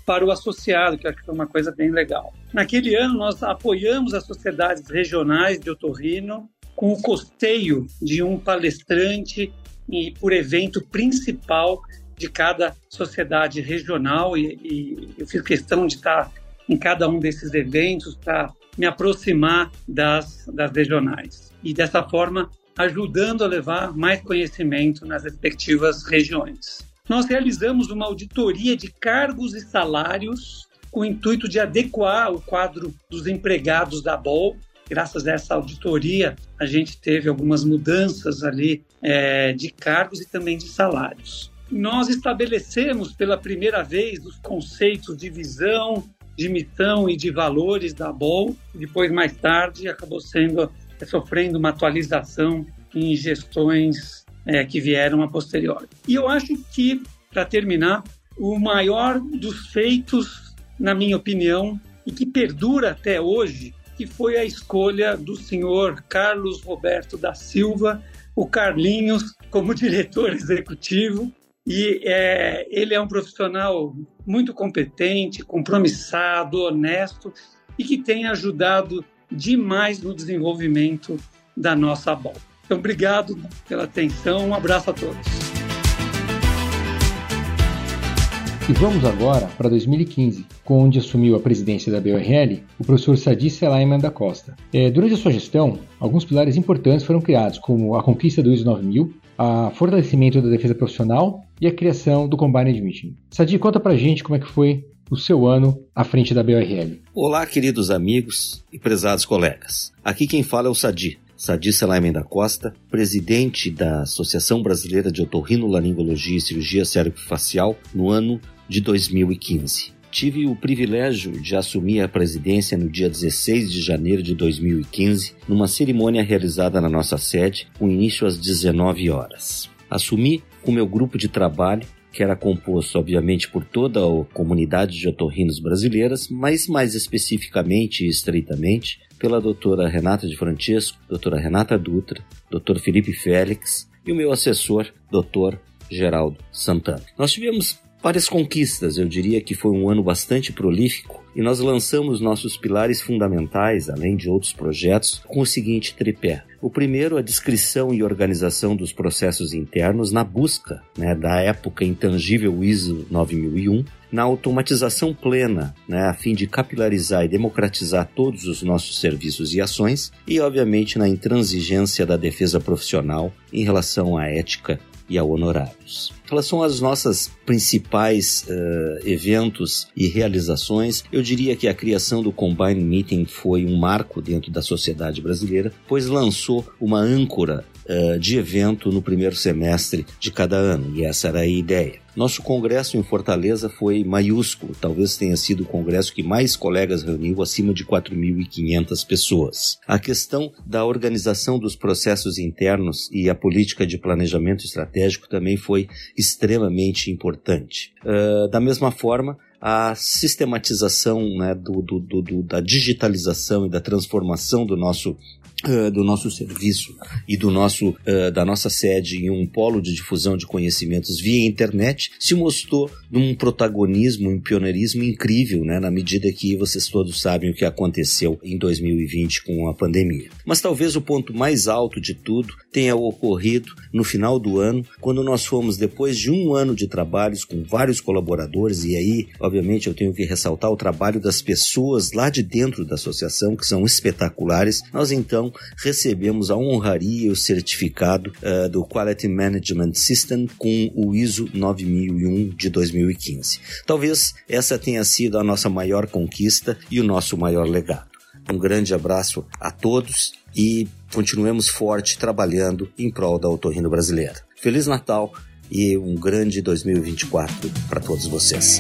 Speaker 14: para o associado, que eu acho que foi uma coisa bem legal. Naquele ano, nós apoiamos as sociedades regionais de otorrino com o custeio de um palestrante e por evento principal de cada sociedade regional, e, e eu fiz questão de estar em cada um desses eventos para me aproximar das, das regionais. E dessa forma, ajudando a levar mais conhecimento nas respectivas regiões. Nós realizamos uma auditoria de cargos e salários com o intuito de adequar o quadro dos empregados da B O L. Graças a essa auditoria, a gente teve algumas mudanças ali é, de cargos e também de salários. Nós estabelecemos pela primeira vez os conceitos de visão, de missão e de valores da B O L. Depois, mais tarde, acabou sendo, sofrendo uma atualização em gestões é, que vieram a posteriori. E eu acho que, para terminar, o maior dos feitos, na minha opinião, e que perdura até hoje, que foi a escolha do senhor Carlos Roberto da Silva, o Carlinhos, como diretor executivo. E é, ele é um profissional muito competente, compromissado, honesto e que tem ajudado demais no desenvolvimento da nossa B O L. Então, obrigado pela atenção, um abraço a todos.
Speaker 5: E vamos agora para dois mil e quinze, onde assumiu a presidência da B O R L o professor Sadi Selaiman da Costa. É, durante a sua gestão, alguns pilares importantes foram criados, como a conquista do I S O nove mil, o fortalecimento da defesa profissional e a criação do Combined Mission. Sadi, conta pra gente como é que foi o seu ano à frente da B O R L.
Speaker 15: Olá, queridos amigos e prezados colegas. Aqui quem fala é o Sadi. Sadi Selaiman da Costa, presidente da Associação Brasileira de Otorrinolaringologia e Cirurgia Cérvico-Facial no ano de dois mil e quinze. Tive o privilégio de assumir a presidência no dia dezesseis de janeiro de dois mil e quinze, numa cerimônia realizada na nossa sede, com início às dezenove horas. Assumi com meu grupo de trabalho, que era composto, obviamente, por toda a comunidade de otorrinos brasileiras, mas mais especificamente e estreitamente pela doutora Renata de Francesco, doutora Renata Dutra, doutor Felipe Félix e o meu assessor, doutor Geraldo Santana. Nós tivemos várias conquistas, eu diria que foi um ano bastante prolífico, e nós lançamos nossos pilares fundamentais, além de outros projetos, com o seguinte tripé. O primeiro, a descrição e organização dos processos internos na busca, né, da época intangível I S O nove mil e um, na automatização plena, né, a fim de capilarizar e democratizar todos os nossos serviços e ações, e, obviamente, na intransigência da defesa profissional em relação à ética e a honorários. Em relação às nossas principais uh, eventos e realizações, eu diria que a criação do Combined Meeting foi um marco dentro da sociedade brasileira, pois lançou uma âncora uh, de evento no primeiro semestre de cada ano, e essa era a ideia. Nosso congresso em Fortaleza foi maiúsculo, talvez tenha sido o congresso que mais colegas reuniu, acima de quatro mil e quinhentas pessoas. A questão da organização dos processos internos e a política de planejamento estratégico também foi extremamente importante. Uh, da mesma forma, a sistematização, né, do, do, do, da digitalização e da transformação do nosso Uh, do nosso serviço e do nosso, uh, da nossa sede em um polo de difusão de conhecimentos via internet se mostrou num protagonismo, um pioneirismo incrível, né, na medida que vocês todos sabem o que aconteceu em dois mil e vinte com a pandemia. Mas talvez o ponto mais alto de tudo tenha ocorrido no final do ano, quando nós fomos, depois de um ano de trabalhos com vários colaboradores, e aí, obviamente, eu tenho que ressaltar o trabalho das pessoas lá de dentro da associação, que são espetaculares, nós então recebemos a honraria e o certificado uh, do Quality Management System com o I S O nove mil e um de dois mil e quinze. Talvez essa tenha sido a nossa maior conquista e o nosso maior legado. Um grande abraço a todos e continuemos forte trabalhando em prol da otorrino brasileira. Feliz Natal e um grande dois mil e vinte e quatro para todos vocês.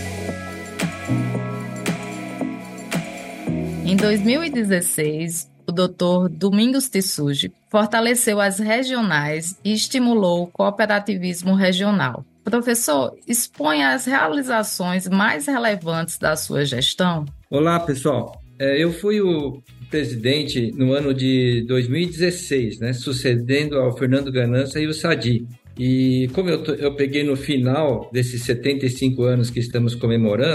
Speaker 2: Em dois mil e dezesseis, o doutor Domingos Tissuji fortaleceu as regionais e estimulou o cooperativismo regional. Professor, exponha as realizações mais relevantes da sua gestão.
Speaker 16: Olá, pessoal. Eu fui o presidente no ano de dois mil e dezesseis, né, sucedendo ao Fernando Ganança e o Sadi. E como eu, eu peguei no final desses setenta e cinco anos que estamos comemorando,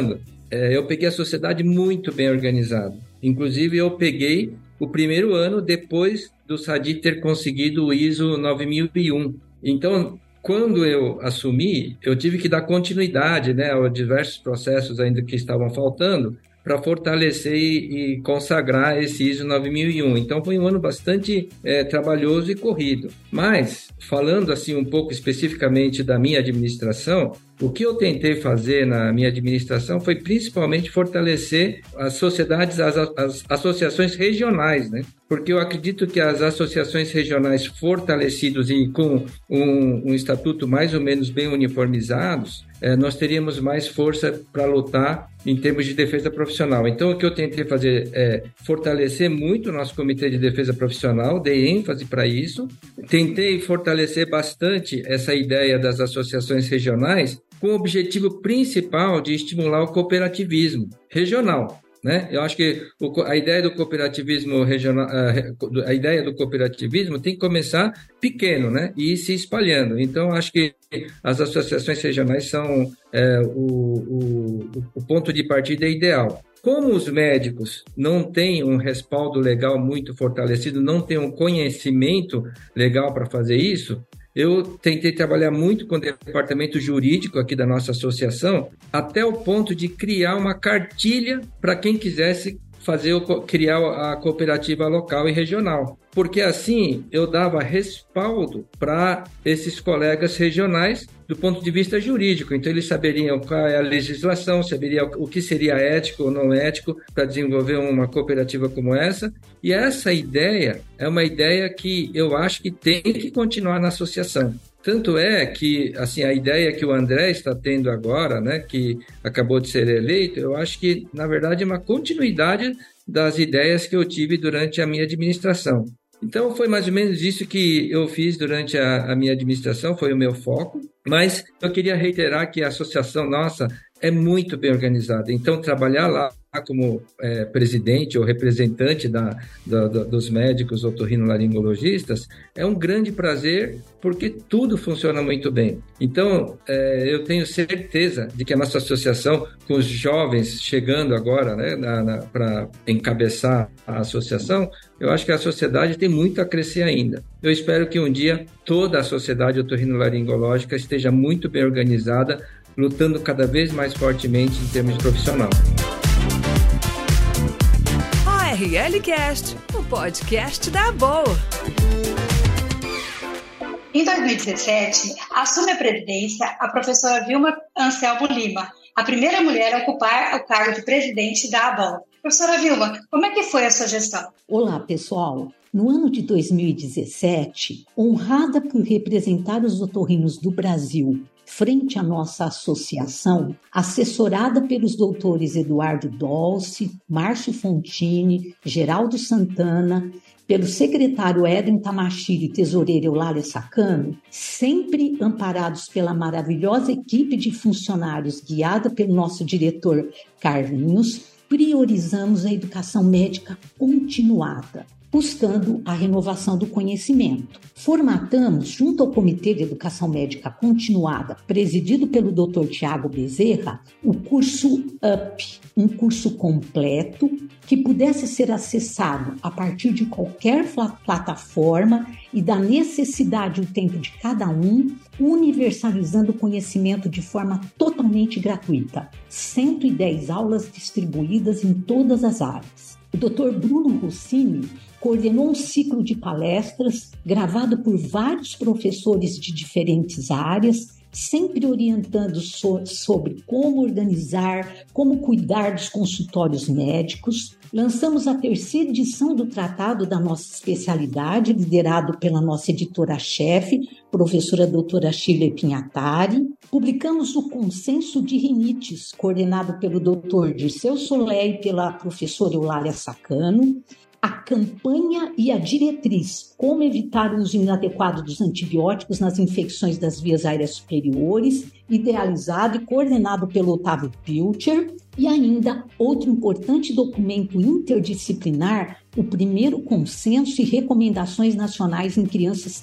Speaker 16: é, eu peguei a sociedade muito bem organizada. Inclusive, eu peguei o primeiro ano depois do SADI ter conseguido o I S O nove mil e um. Então, quando eu assumi, eu tive que dar continuidade, né, a diversos processos ainda que estavam faltando para fortalecer e, e consagrar esse I S O nove mil e um. Então, foi um ano bastante é, trabalhoso e corrido. Mas, falando assim um pouco especificamente da minha administração, o que eu tentei fazer na minha administração foi principalmente fortalecer as sociedades, as, as associações regionais, né? Porque eu acredito que as associações regionais fortalecidas e com um, um estatuto mais ou menos bem uniformizados, eh, nós teríamos mais força para lutar em termos de defesa profissional. Então, o que eu tentei fazer é fortalecer muito o nosso Comitê de Defesa Profissional, dei ênfase para isso, tentei fortalecer bastante essa ideia das associações regionais, com o objetivo principal de estimular o cooperativismo regional, né? Eu acho que o, a ideia do cooperativismo regional, a, a ideia do cooperativismo tem que começar pequeno, né? E ir se espalhando. Então, acho que as associações regionais são é, o, o, o ponto de partida ideal. Como os médicos não têm um respaldo legal muito fortalecido, não têm um conhecimento legal para fazer isso, eu tentei trabalhar muito com o departamento jurídico aqui da nossa associação, até o ponto de criar uma cartilha para quem quisesse fazer o, criar a cooperativa local e regional. Porque assim eu dava respaldo para esses colegas regionais do ponto de vista jurídico. Então eles saberiam qual é a legislação, saberiam o que seria ético ou não ético para desenvolver uma cooperativa como essa. E essa ideia é uma ideia que eu acho que tem que continuar na associação. Tanto é que, assim, a ideia que o André está tendo agora, né, que acabou de ser eleito, eu acho que, na verdade, é uma continuidade das ideias que eu tive durante a minha administração. Então, foi mais ou menos isso que eu fiz durante a, a minha administração, foi o meu foco, mas eu queria reiterar que a associação nossa é muito bem organizada. Então, trabalhar lá como é, presidente ou representante da, da, da, dos médicos otorrinolaringologistas é um grande prazer, porque tudo funciona muito bem. Então, é, eu tenho certeza de que a nossa associação, com os jovens chegando agora, né, para encabeçar a associação, eu acho que a sociedade tem muito a crescer ainda. Eu espero que um dia toda a sociedade otorrinolaringológica esteja muito bem organizada, lutando cada vez mais fortemente em termos profissional.
Speaker 1: O R L Cast, o podcast da A B O.
Speaker 3: Em dois mil e dezessete, assume a presidência a professora Vilma Anselmo Lima, a primeira mulher a ocupar o cargo de presidente da A B O. Professora Vilma, como é que foi a sua gestão?
Speaker 17: Olá, pessoal. No ano de dois mil e dezessete, honrada por representar os otorrinos do Brasil frente à nossa associação, assessorada pelos doutores Eduardo Dolce, Márcio Fontini, Geraldo Santana, pelo secretário Edwin Tamashiri e tesoureira Eulália Sacano, sempre amparados pela maravilhosa equipe de funcionários guiada pelo nosso diretor Carlinhos, priorizamos a educação médica continuada, buscando a renovação do conhecimento. Formatamos, junto ao Comitê de Educação Médica Continuada, presidido pelo doutor Tiago Bezerra, o curso U P, um curso completo que pudesse ser acessado a partir de qualquer plataforma e da necessidade e o tempo de cada um, universalizando o conhecimento de forma totalmente gratuita. cento e dez aulas distribuídas em todas as áreas. O doutor Bruno Rossini coordenou um ciclo de palestras gravado por vários professores de diferentes áreas, sempre orientando so- sobre como organizar, como cuidar dos consultórios médicos. Lançamos a terceira edição do tratado da nossa especialidade, liderado pela nossa editora-chefe, professora doutora Shirley Pinhatari. Publicamos o Consenso de Rinites, coordenado pelo doutor Dirceu Solé e pela professora Eulália Sacano. A campanha e a diretriz, como evitar o uso inadequado dos antibióticos nas infecções das vias aéreas superiores, idealizado e coordenado pelo Otávio Pilcher. E ainda, outro importante documento interdisciplinar, o primeiro consenso e recomendações nacionais em crianças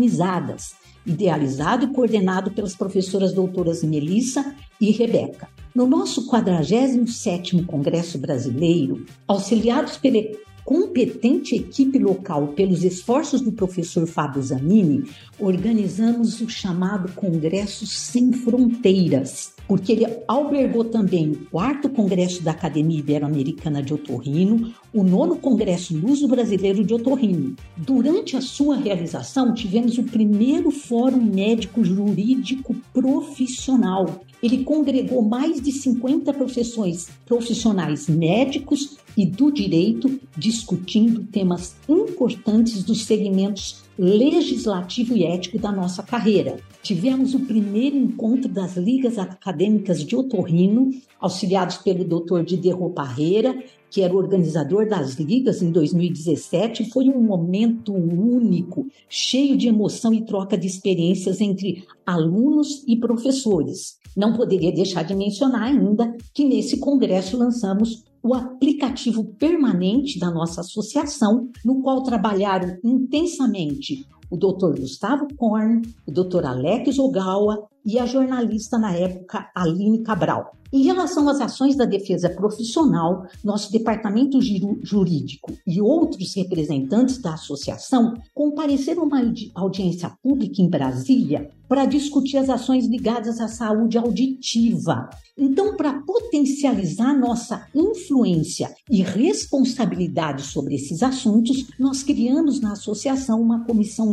Speaker 17: traqueostomizadas, idealizado e coordenado pelas professoras doutoras Melissa e Rebeca. No nosso quadragésimo sétimo Congresso Brasileiro, auxiliados pela competente equipe local pelos esforços do professor Fábio Zanini, organizamos o chamado Congresso Sem Fronteiras, porque ele albergou também o quarto Congresso da Academia Ibero-Americana de Otorrino, o nono Congresso Luso-Brasileiro de Otorrino. Durante a sua realização, tivemos o primeiro Fórum Médico Jurídico Profissional. Ele congregou mais de cinquenta profissões, profissionais médicos e do direito, discutindo temas importantes dos segmentos legislativo e ético da nossa carreira. Tivemos o primeiro encontro das Ligas Acadêmicas de Otorrino, auxiliados pelo doutor Dider Parreira, que era o organizador das ligas em dois mil e dezessete. Foi um momento único, cheio de emoção e troca de experiências entre alunos e professores. Não poderia deixar de mencionar ainda que nesse congresso lançamos o aplicativo permanente da nossa associação, no qual trabalharam intensamente o doutor Gustavo Korn, o doutor Alex Ogawa e a jornalista na época Aline Cabral. Em relação às ações da defesa profissional, nosso departamento jurídico e outros representantes da associação compareceram a uma audiência pública em Brasília para discutir as ações ligadas à saúde auditiva. Então, para potencializar nossa influência e responsabilidade sobre esses assuntos, nós criamos na associação uma comissão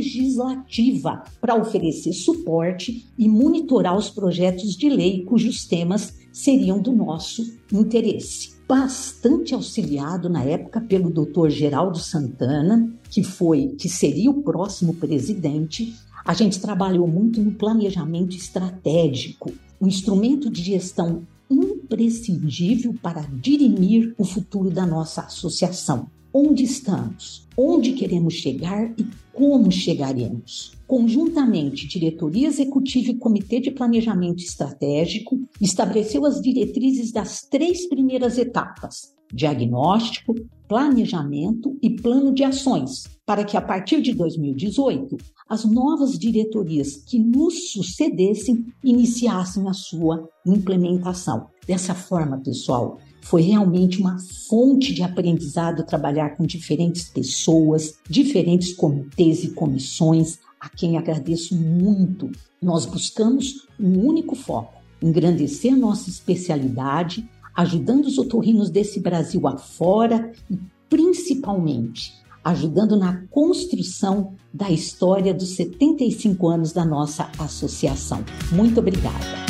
Speaker 17: legislativa para oferecer suporte e monitorar os projetos de lei cujos temas seriam do nosso interesse. Bastante auxiliado na época pelo doutor Geraldo Santana, que foi, que seria o próximo presidente, a gente trabalhou muito no planejamento estratégico, um instrumento de gestão imprescindível para dirimir o futuro da nossa associação. Onde estamos? Onde queremos chegar e como chegaremos? Conjuntamente, diretoria executiva e comitê de planejamento estratégico estabeleceu as diretrizes das três primeiras etapas: diagnóstico, planejamento e plano de ações, para que a partir de dois mil e dezoito, as novas diretorias que nos sucedessem iniciassem a sua implementação. Dessa forma, pessoal, foi realmente uma fonte de aprendizado trabalhar com diferentes pessoas, diferentes comitês e comissões, a quem agradeço muito. Nós buscamos um único foco: engrandecer nossa especialidade, ajudando os otorrinos desse Brasil afora e, principalmente, ajudando na construção da história dos setenta e cinco anos da nossa associação. Muito obrigada.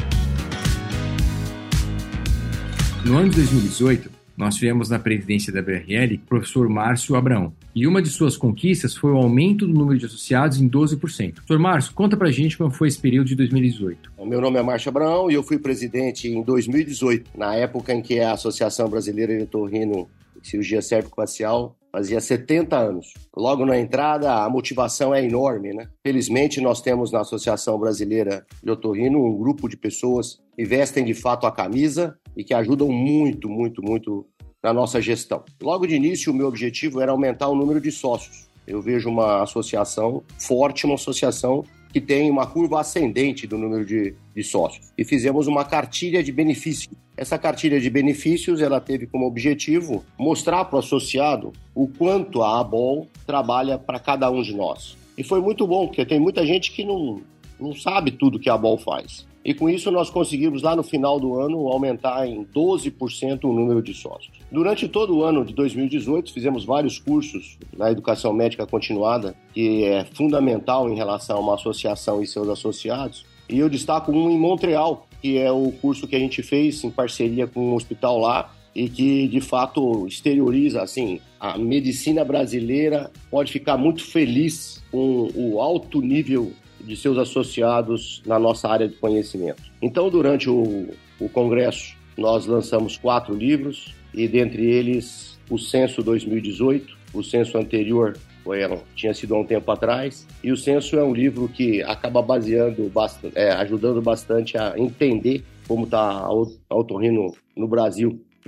Speaker 4: No ano de dois mil e dezoito, nós tivemos na presidência da B R L o professor Márcio Abraão, e uma de suas conquistas foi o aumento do número de associados em doze por cento. Professor Márcio, conta pra gente como foi esse período de dois mil e dezoito.
Speaker 18: O meu nome é Márcio Abraão e eu fui presidente em dois mil e dezoito, na época em que a Associação Brasileira de Otorrino e Cirurgia Cérvico-Facial fazia setenta anos. Logo na entrada, a motivação é enorme, né? Felizmente, nós temos na Associação Brasileira de Otorrino um grupo de pessoas que vestem de fato a camisa e que ajudam muito, muito, muito na nossa gestão. Logo de início, o meu objetivo era aumentar o número de sócios. Eu vejo uma associação forte, uma associação que tem uma curva ascendente do número de, de sócios. E fizemos uma cartilha de benefícios. Essa cartilha de benefícios, ela teve como objetivo mostrar para o associado o quanto a ABOL trabalha para cada um de nós. E foi muito bom, porque tem muita gente que não, não sabe tudo que a ABOL faz. E com isso nós conseguimos lá no final do ano aumentar em doze por cento o número de sócios. Durante todo o ano de dois mil e dezoito fizemos vários cursos na educação médica continuada, que é fundamental em relação a uma associação e seus associados. E eu destaco um em Montreal, que é o curso que a gente fez em parceria com um hospital lá e que de fato exterioriza, assim, a medicina brasileira pode ficar muito feliz com o alto nível de seus associados na nossa área de conhecimento. Então, durante o, o congresso, nós lançamos quatro livros, e dentre eles o Censo dois mil e dezoito, o censo anterior foi, tinha sido há um tempo atrás, e o Censo é um livro que acaba baseando, é, ajudando bastante a entender como está a otorrino no Brasil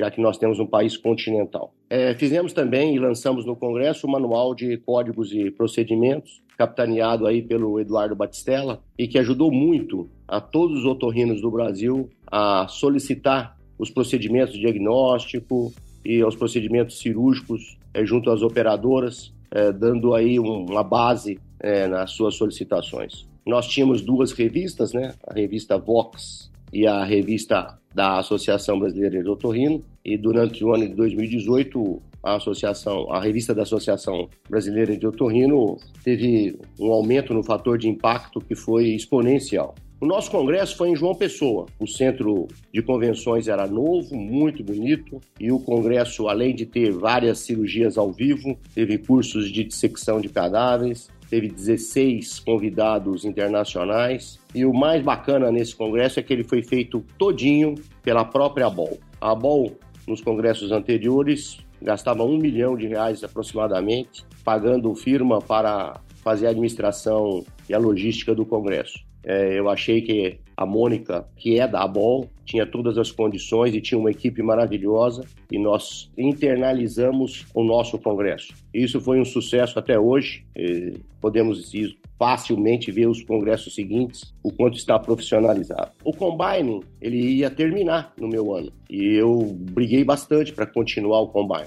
Speaker 18: já que nós temos um país continental. É, fizemos também e lançamos no Congresso o Manual de Códigos e Procedimentos, capitaneado aí pelo Eduardo Batistella, e que ajudou muito a todos os otorrinos do Brasil a solicitar os procedimentos de diagnóstico e os procedimentos cirúrgicos é, junto às operadoras, é, dando aí um, uma base é, nas suas solicitações. Nós tínhamos duas revistas, né? A revista Vox e a revista da Associação Brasileira de Otorrino, e durante o ano de dois mil e dezoito a associação, a revista da Associação Brasileira de Otorrino teve um aumento no fator de impacto que foi exponencial. O nosso congresso foi em João Pessoa. O centro de convenções era novo, muito bonito, e o congresso, além de ter várias cirurgias ao vivo, teve cursos de dissecção de cadáveres, teve dezesseis convidados internacionais, e o mais bacana nesse congresso é que ele foi feito todinho pela própria A B O L. A B O L, nos congressos anteriores, gastava um milhão de reais aproximadamente, pagando firma para fazer a administração e a logística do congresso. É, eu achei que a Mônica, que é da A B O L, tinha todas as condições e tinha uma equipe maravilhosa, e nós internalizamos o nosso congresso. Isso foi um sucesso até hoje. E podemos ir facilmente ver os congressos seguintes, o quanto está profissionalizado. O Combine, ele ia terminar no meu ano, e eu briguei bastante para continuar o Combine.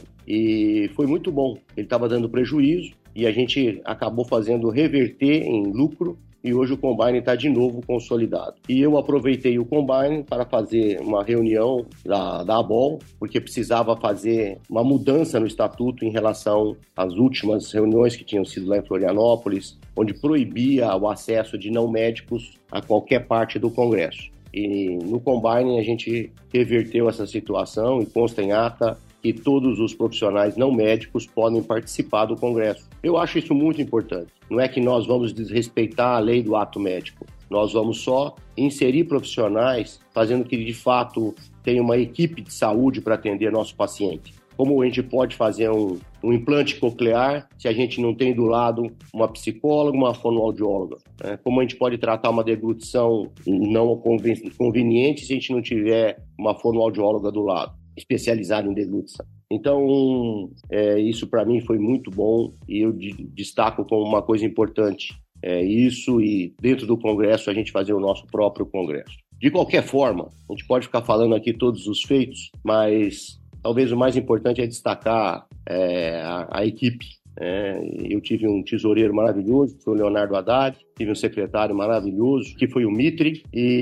Speaker 18: E foi muito bom. Ele estava dando prejuízo e a gente acabou fazendo reverter em lucro, e hoje o Combine está de novo consolidado. E eu aproveitei o Combine para fazer uma reunião da, da A B O L, porque precisava fazer uma mudança no estatuto em relação às últimas reuniões que tinham sido lá em Florianópolis, onde proibia o acesso de não médicos a qualquer parte do Congresso. E no Combine a gente reverteu essa situação e consta em ata que todos os profissionais não médicos podem participar do Congresso. Eu acho isso muito importante. Não é que nós vamos desrespeitar a lei do ato médico. Nós vamos só inserir profissionais, fazendo que, de fato, tenha uma equipe de saúde para atender nosso paciente. Como a gente pode fazer um, um implante coclear se a gente não tem do lado uma psicóloga, uma fonoaudióloga? Né? Como a gente pode tratar uma deglutição não conveniente se a gente não tiver uma fonoaudióloga do lado, especializada em deglutição? Então, é, isso para mim foi muito bom, e eu de, destaco como uma coisa importante é, isso, e dentro do Congresso a gente fazer o nosso próprio Congresso. De qualquer forma, a gente pode ficar falando aqui todos os feitos, mas talvez o mais importante é destacar é, a, a equipe. É, eu tive um tesoureiro maravilhoso, que foi o Leonardo Haddad, tive um secretário maravilhoso, que foi o Mitri,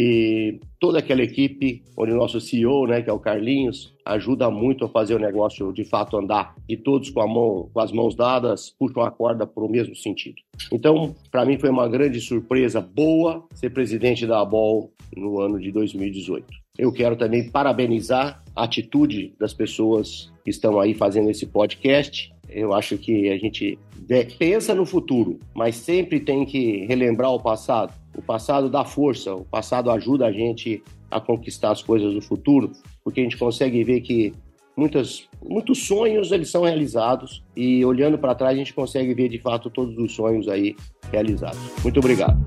Speaker 18: e toda aquela equipe, onde o nosso C E O, né, que é o Carlinhos, ajuda muito a fazer o negócio de fato andar, e todos com, a mão, com as mãos dadas puxam a corda para o mesmo sentido. Então, para mim foi uma grande surpresa boa ser presidente da A B O L no ano de dois mil e dezoito. Eu quero também parabenizar a atitude das pessoas que estão aí fazendo esse podcast. Eu acho que a gente pensa no futuro, mas sempre tem que relembrar o passado. O passado dá força, o passado ajuda a gente a conquistar as coisas do futuro, porque a gente consegue ver que muitas, muitos sonhos eles são realizados, e olhando para trás a gente consegue ver de fato todos os sonhos aí realizados. Muito obrigado.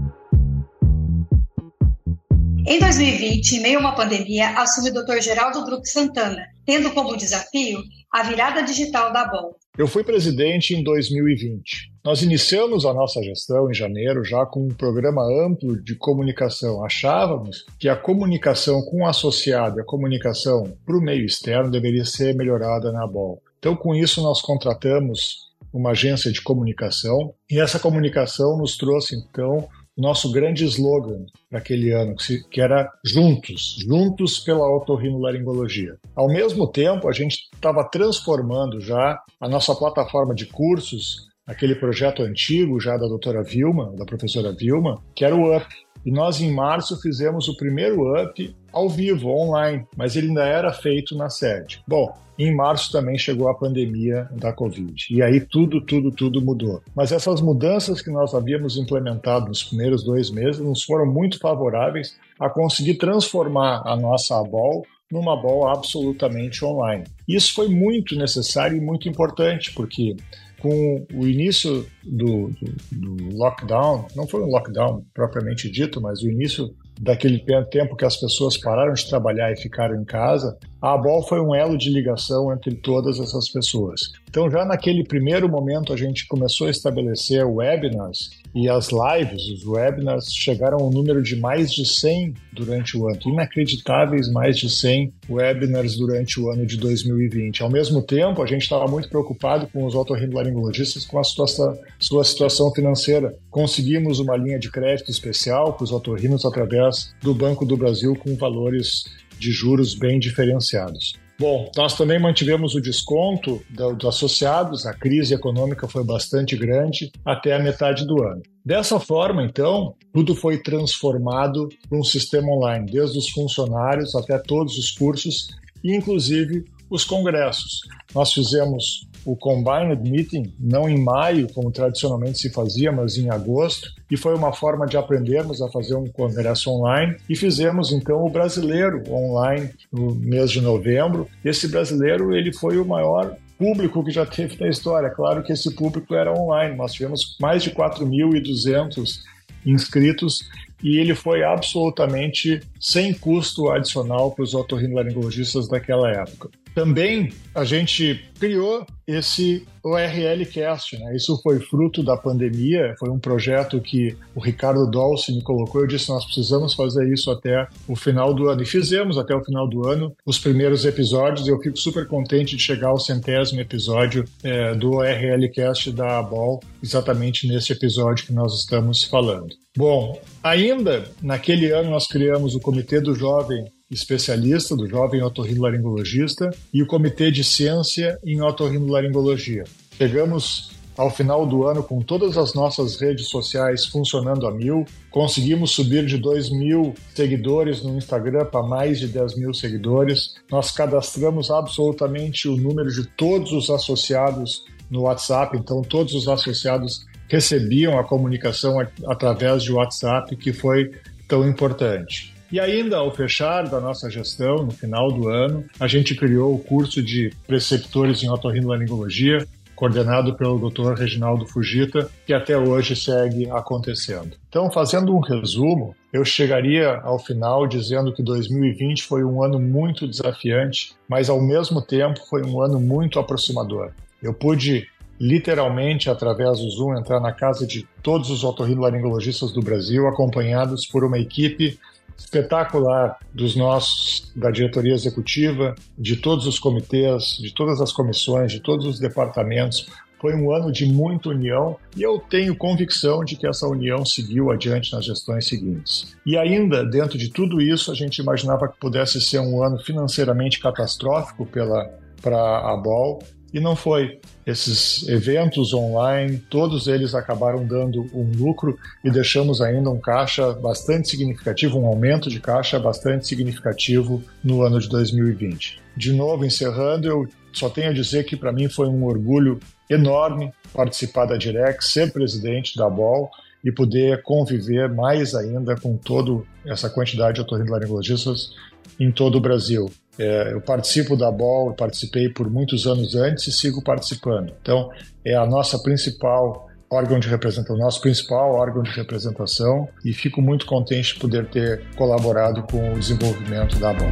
Speaker 3: Em dois mil e vinte, em meio a uma pandemia, assume o doutor Geraldo Druck Santana, tendo como desafio a virada digital da A B O L.
Speaker 19: Eu fui presidente em dois mil e vinte. Nós iniciamos a nossa gestão em janeiro já com um programa amplo de comunicação. Achávamos que a comunicação com o associado e a comunicação para o meio externo deveria ser melhorada na A B O L. Então, com isso, nós contratamos uma agência de comunicação, e essa comunicação nos trouxe, então, o nosso grande slogan para aquele ano, que era Juntos, Juntos pela Otorrinolaringologia. Ao mesmo tempo, a gente estava transformando já a nossa plataforma de cursos, aquele projeto antigo já da doutora Vilma, da professora Vilma, que era o U P. E nós, em março, fizemos o primeiro U P ao vivo, online, mas ele ainda era feito na sede. Bom, em março também chegou a pandemia da Covid. E aí tudo, tudo, tudo mudou. Mas essas mudanças que nós havíamos implementado nos primeiros dois meses nos foram muito favoráveis a conseguir transformar a nossa A B O L numa A B O L absolutamente online. Isso foi muito necessário e muito importante, porque com o início do, do, do lockdown, não foi um lockdown propriamente dito, mas o início daquele tempo que as pessoas pararam de trabalhar e ficaram em casa, a ABOL foi um elo de ligação entre todas essas pessoas. Então, já naquele primeiro momento, a gente começou a estabelecer webinars e as lives, os webinars, chegaram ao número de mais de cem durante o ano. Inacreditáveis mais de cem webinars durante o ano de dois mil e vinte. Ao mesmo tempo, a gente estava muito preocupado com os otorrinolaringologistas com a situação, sua situação financeira. Conseguimos uma linha de crédito especial para os otorrinos através do Banco do Brasil com valores de juros bem diferenciados. Bom, nós também mantivemos o desconto dos associados, a crise econômica foi bastante grande até a metade do ano. Dessa forma, então, tudo foi transformado para um sistema online, desde os funcionários até todos os cursos, e inclusive os congressos. Nós fizemos o Combined Meeting, não em maio, como tradicionalmente se fazia, mas em agosto, e foi uma forma de aprendermos a fazer um congresso online, e fizemos então o brasileiro online no mês de novembro. Esse brasileiro, ele foi o maior público que já teve na história. Claro que esse público era online, nós tivemos mais de quatro mil e duzentos inscritos, e ele foi absolutamente sem custo adicional para os otorrinolaringologistas daquela época. Também a gente criou esse O R L Cast, né? Isso foi fruto da pandemia, foi um projeto que o Ricardo Dolce me colocou. Eu disse, nós precisamos fazer isso até o final do ano. E fizemos até o final do ano os primeiros episódios. Eu fico super contente de chegar ao centésimo episódio é, do O R L Cast da ABOL, exatamente nesse episódio que nós estamos falando. Bom, ainda naquele ano nós criamos o Comitê do Jovem Especialista, do Jovem Otorrinolaringologista, e o Comitê de Ciência em Otorrinolaringologia. Chegamos ao final do ano com todas as nossas redes sociais funcionando a mil, conseguimos subir de dois mil seguidores no Instagram para mais de dez mil seguidores, nós cadastramos absolutamente o número de todos os associados no WhatsApp, então todos os associados recebiam a comunicação através de WhatsApp, que foi tão importante. E ainda, ao fechar da nossa gestão, no final do ano, a gente criou o curso de preceptores em otorrinolaringologia, coordenado pelo doutor Reginaldo Fujita, que até hoje segue acontecendo. Então, fazendo um resumo, eu chegaria ao final dizendo que dois mil e vinte foi um ano muito desafiante, mas ao mesmo tempo foi um ano muito aproximador. Eu pude literalmente, através do Zoom, entrar na casa de todos os otorrinolaringologistas do Brasil, acompanhados por uma equipe espetacular dos nossos, da diretoria executiva, de todos os comitês, de todas as comissões, de todos os departamentos. Foi um ano de muita união e eu tenho convicção de que essa união seguiu adiante nas gestões seguintes. E ainda, dentro de tudo isso, a gente imaginava que pudesse ser um ano financeiramente catastrófico pela, para a ABOL, e não foi. Esses eventos online, todos eles acabaram dando um lucro e deixamos ainda um caixa bastante significativo, um aumento de caixa bastante significativo no ano de dois mil e vinte. De novo, encerrando, eu só tenho a dizer que para mim foi um orgulho enorme participar da Direx, ser presidente da ABOL e poder conviver mais ainda com toda essa quantidade de otorrinolaringologistas em todo o Brasil. É, eu participo da ABOL, eu participei por muitos anos antes e sigo participando. Então, é a nossa principal órgão de representação, o nosso principal órgão de representação, e fico muito contente de poder ter colaborado com o desenvolvimento da ABOL.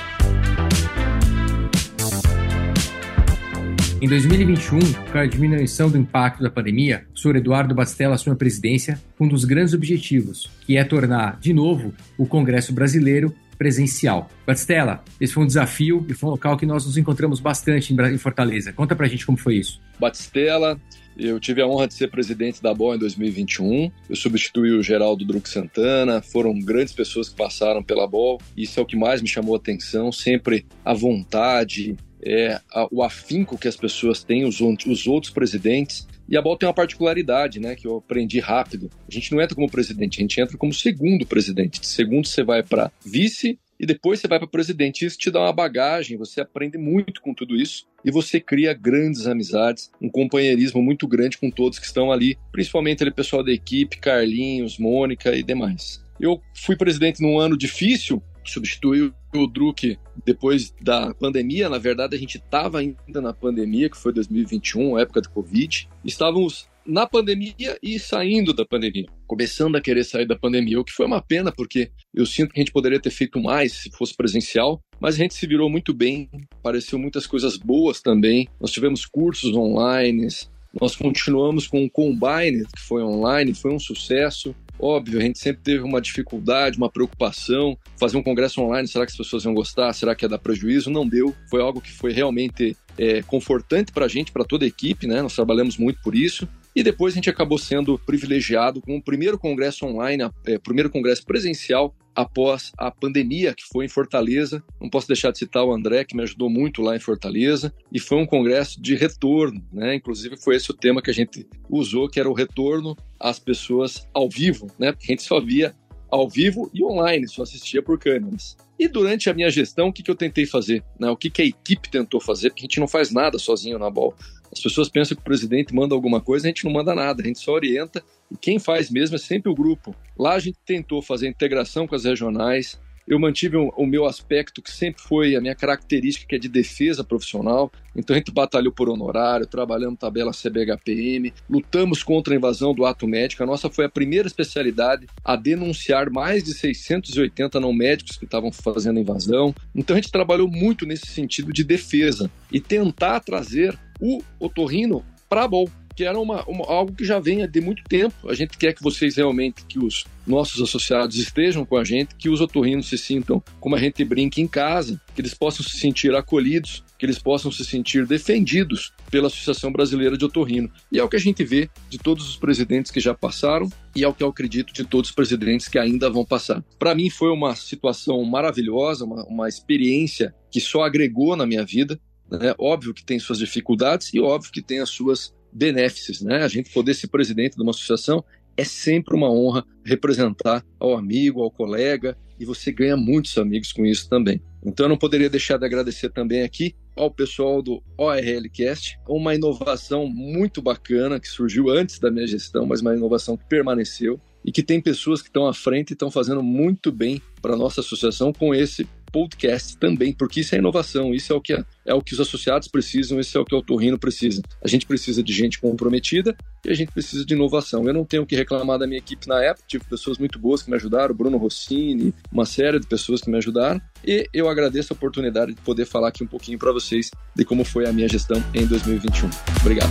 Speaker 4: Em dois mil e vinte e um, com a diminuição do impacto da pandemia, o senhor Eduardo Batistella assume a presidência com um dos grandes objetivos, que é tornar, de novo, o Congresso Brasileiro presencial. Batistella, esse foi um desafio e foi um local que nós nos encontramos bastante em Fortaleza. Conta pra gente como foi isso.
Speaker 20: Batistella, eu tive a honra de ser presidente da ABOL em dois mil e vinte e um. Eu substituí o Geraldo Druck Santana. Foram grandes pessoas que passaram pela ABOL. Isso é o que mais me chamou a atenção. Sempre a vontade, é, a, o afinco que as pessoas têm, os, os outros presidentes. E a ABOL tem uma particularidade, né, que eu aprendi rápido. A gente não entra como presidente, a gente entra como segundo presidente. De segundo você vai para vice e depois você vai para presidente. Isso te dá uma bagagem, você aprende muito com tudo isso e você cria grandes amizades, um companheirismo muito grande com todos que estão ali, principalmente o pessoal da equipe, Carlinhos, Mônica e demais. Eu fui presidente num ano difícil, substituí o Druck depois da pandemia. Na verdade, a gente estava ainda na pandemia, que foi dois mil e vinte e um, época de Covid. Estávamos na pandemia e saindo da pandemia, começando a querer sair da pandemia, o que foi uma pena, porque eu sinto que a gente poderia ter feito mais se fosse presencial, mas a gente se virou muito bem, apareceu muitas coisas boas também, nós tivemos cursos online, nós continuamos com o Combine, que foi online, foi um sucesso. Óbvio, a gente sempre teve uma dificuldade, uma preocupação, fazer um congresso online, será que as pessoas iam gostar, será que ia dar prejuízo? Não deu, foi algo que foi realmente é, confortante para a gente, para toda a equipe, né? Nós trabalhamos muito por isso. E depois a gente acabou sendo privilegiado com o primeiro congresso online, é, primeiro congresso presencial após a pandemia, que foi em Fortaleza. Não posso deixar de citar o André, que me ajudou muito lá em Fortaleza, e foi um congresso de retorno, né? Inclusive foi esse o tema que a gente usou, que era o retorno às pessoas ao vivo, né? Porque a gente só via ao vivo e online, só assistia por câmeras. E durante a minha gestão, o que, que eu tentei fazer? Né? O que, que a equipe tentou fazer? Porque a gente não faz nada sozinho na Ball. As pessoas pensam que o presidente manda alguma coisa, a gente não manda nada, a gente só orienta, e quem faz mesmo é sempre o grupo. Lá a gente tentou fazer a integração com as regionais, eu mantive o, o meu aspecto, que sempre foi a minha característica, que é de defesa profissional, então a gente batalhou por honorário, trabalhamos tabela C B H P M, lutamos contra a invasão do ato médico, a nossa foi a primeira especialidade a denunciar mais de seiscentos e oitenta não médicos que estavam fazendo invasão, então a gente trabalhou muito nesse sentido de defesa, e tentar trazer o otorrino para a Ball, que era uma, uma, algo que já vem de muito tempo. A gente quer que vocês realmente, que os nossos associados estejam com a gente, que os otorrinos se sintam, como a gente brinca, em casa, que eles possam se sentir acolhidos, que eles possam se sentir defendidos pela Associação Brasileira de Otorrino. E é o que a gente vê de todos os presidentes que já passaram e é o que eu acredito de todos os presidentes que ainda vão passar. Para mim foi uma situação maravilhosa, uma, uma experiência que só agregou na minha vida, né? Óbvio que tem suas dificuldades e óbvio que tem as suas benefícios, né? A gente poder ser presidente de uma associação é sempre uma honra representar ao amigo, ao colega, e você ganha muitos amigos com isso também. Então eu não poderia deixar de agradecer também aqui ao pessoal do O R L Cast, uma inovação muito bacana que surgiu antes da minha gestão, mas uma inovação que permaneceu e que tem pessoas que estão à frente e estão fazendo muito bem para a nossa associação com esse podcast também, porque isso é inovação, isso é o que, é, é o que os associados precisam, isso é o que o otorrino precisa. A gente precisa de gente comprometida e a gente precisa de inovação. Eu não tenho o que reclamar da minha equipe na época, tive pessoas muito boas que me ajudaram, Bruno Rossini, uma série de pessoas que me ajudaram, e eu agradeço a oportunidade de poder falar aqui um pouquinho para vocês de como foi a minha gestão em dois mil e vinte e um. Obrigado.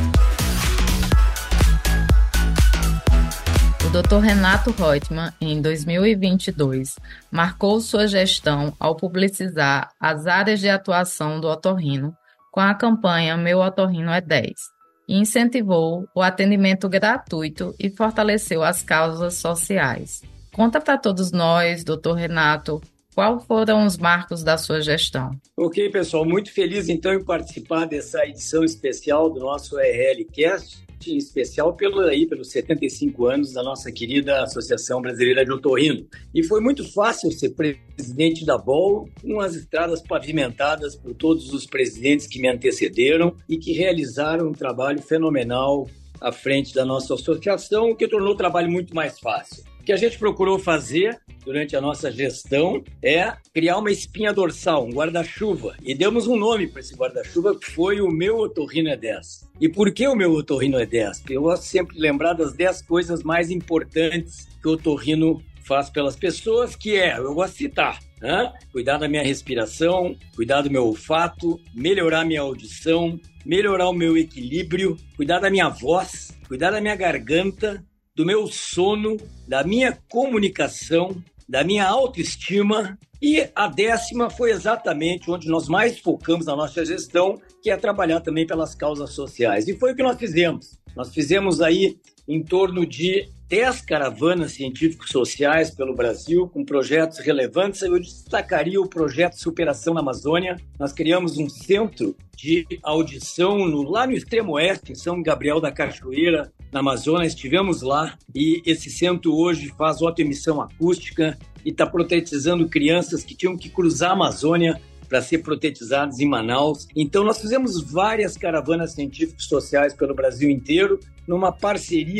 Speaker 2: O doutor Renato Reutemann, em dois mil e vinte e dois, marcou sua gestão ao publicizar as áreas de atuação do otorrino com a campanha Meu Otorrino é dez e incentivou o atendimento gratuito e fortaleceu as causas sociais. Conta para todos nós, doutor Renato, quais foram os marcos da sua gestão?
Speaker 21: Ok, pessoal, muito feliz então em participar dessa edição especial do nosso O R L Cast, em especial pelo, aí, pelos setenta e cinco anos da nossa querida Associação Brasileira de Otorrino. E foi muito fácil ser presidente da Ball, com as estradas pavimentadas por todos os presidentes que me antecederam e que realizaram um trabalho fenomenal à frente da nossa associação, o que tornou o trabalho muito mais fácil. O que a gente procurou fazer durante a nossa gestão é criar uma espinha dorsal, um guarda-chuva. E demos um nome para esse guarda-chuva, que foi o Meu Otorrino é dez. E por que o Meu Otorrino é dez? Porque eu gosto sempre de lembrar das dez coisas mais importantes que o otorrino faz pelas pessoas, que é, eu gosto de citar, né? Cuidar da minha respiração, cuidar do meu olfato, melhorar minha audição, melhorar o meu equilíbrio, cuidar da minha voz, cuidar da minha garganta, do meu sono, da minha comunicação, da minha autoestima, e a décima foi exatamente onde nós mais focamos na nossa gestão, que é trabalhar também pelas causas sociais. E foi o que nós fizemos. Nós fizemos aí em torno de dez caravanas científicos sociais pelo Brasil, com projetos relevantes. Eu destacaria o projeto Superação na Amazônia. Nós criamos um centro de audição no, lá no extremo oeste, em São Gabriel da Cachoeira, na Amazônia. Estivemos lá e esse centro hoje faz autoemissão acústica e está protetizando crianças que tinham que cruzar a Amazônia para ser protetizadas em Manaus. Então, nós fizemos várias caravanas científicos sociais pelo Brasil inteiro, numa parceria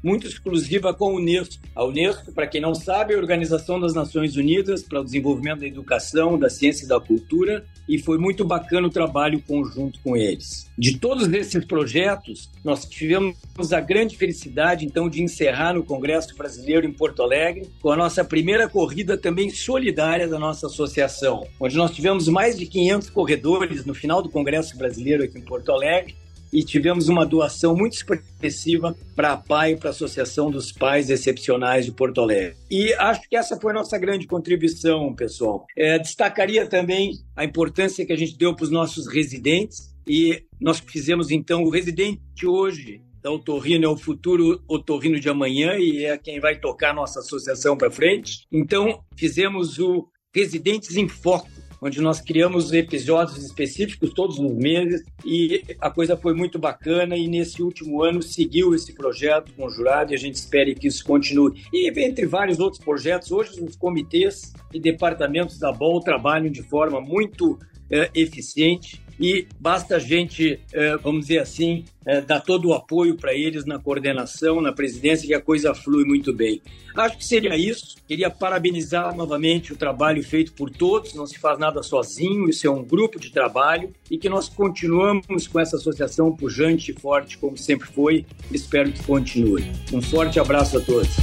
Speaker 21: muito exclusiva com a Unesco. A Unesco, para quem não sabe, é a Organização das Nações Unidas para o Desenvolvimento da Educação, da Ciência e da Cultura, e foi muito bacana o trabalho conjunto com eles. De todos esses projetos, nós tivemos a grande felicidade, então, de encerrar no Congresso Brasileiro em Porto Alegre, com a nossa primeira corrida também solidária da nossa associação, onde nós tivemos mais de quinhentos corredores no final do Congresso Brasileiro aqui em Porto Alegre, e tivemos uma doação muito expressiva para a P A I, para a Associação dos Pais Excepcionais de Porto Alegre. E acho que essa foi a nossa grande contribuição, pessoal. É, destacaria também a importância que a gente deu para os nossos residentes, e nós fizemos, então, o residente hoje da Otorrino é o futuro Otorrino de amanhã e é quem vai tocar a nossa associação para frente. Então, fizemos o Residentes em Foco, onde nós criamos episódios específicos todos os meses e a coisa foi muito bacana e nesse último ano seguiu esse projeto com o jurado e a gente espera que isso continue. E entre vários outros projetos, hoje os comitês e departamentos da B O L trabalham de forma muito é, eficiente e basta a gente, é, vamos dizer assim, é, dar todo o apoio para eles na coordenação, na presidência, que a coisa flui muito bem. Acho que seria isso. Queria parabenizar novamente o trabalho feito por todos, não se faz nada sozinho, isso é um grupo de trabalho e que nós continuamos com essa associação pujante e forte, como sempre foi. Espero que continue. Um forte abraço a todos.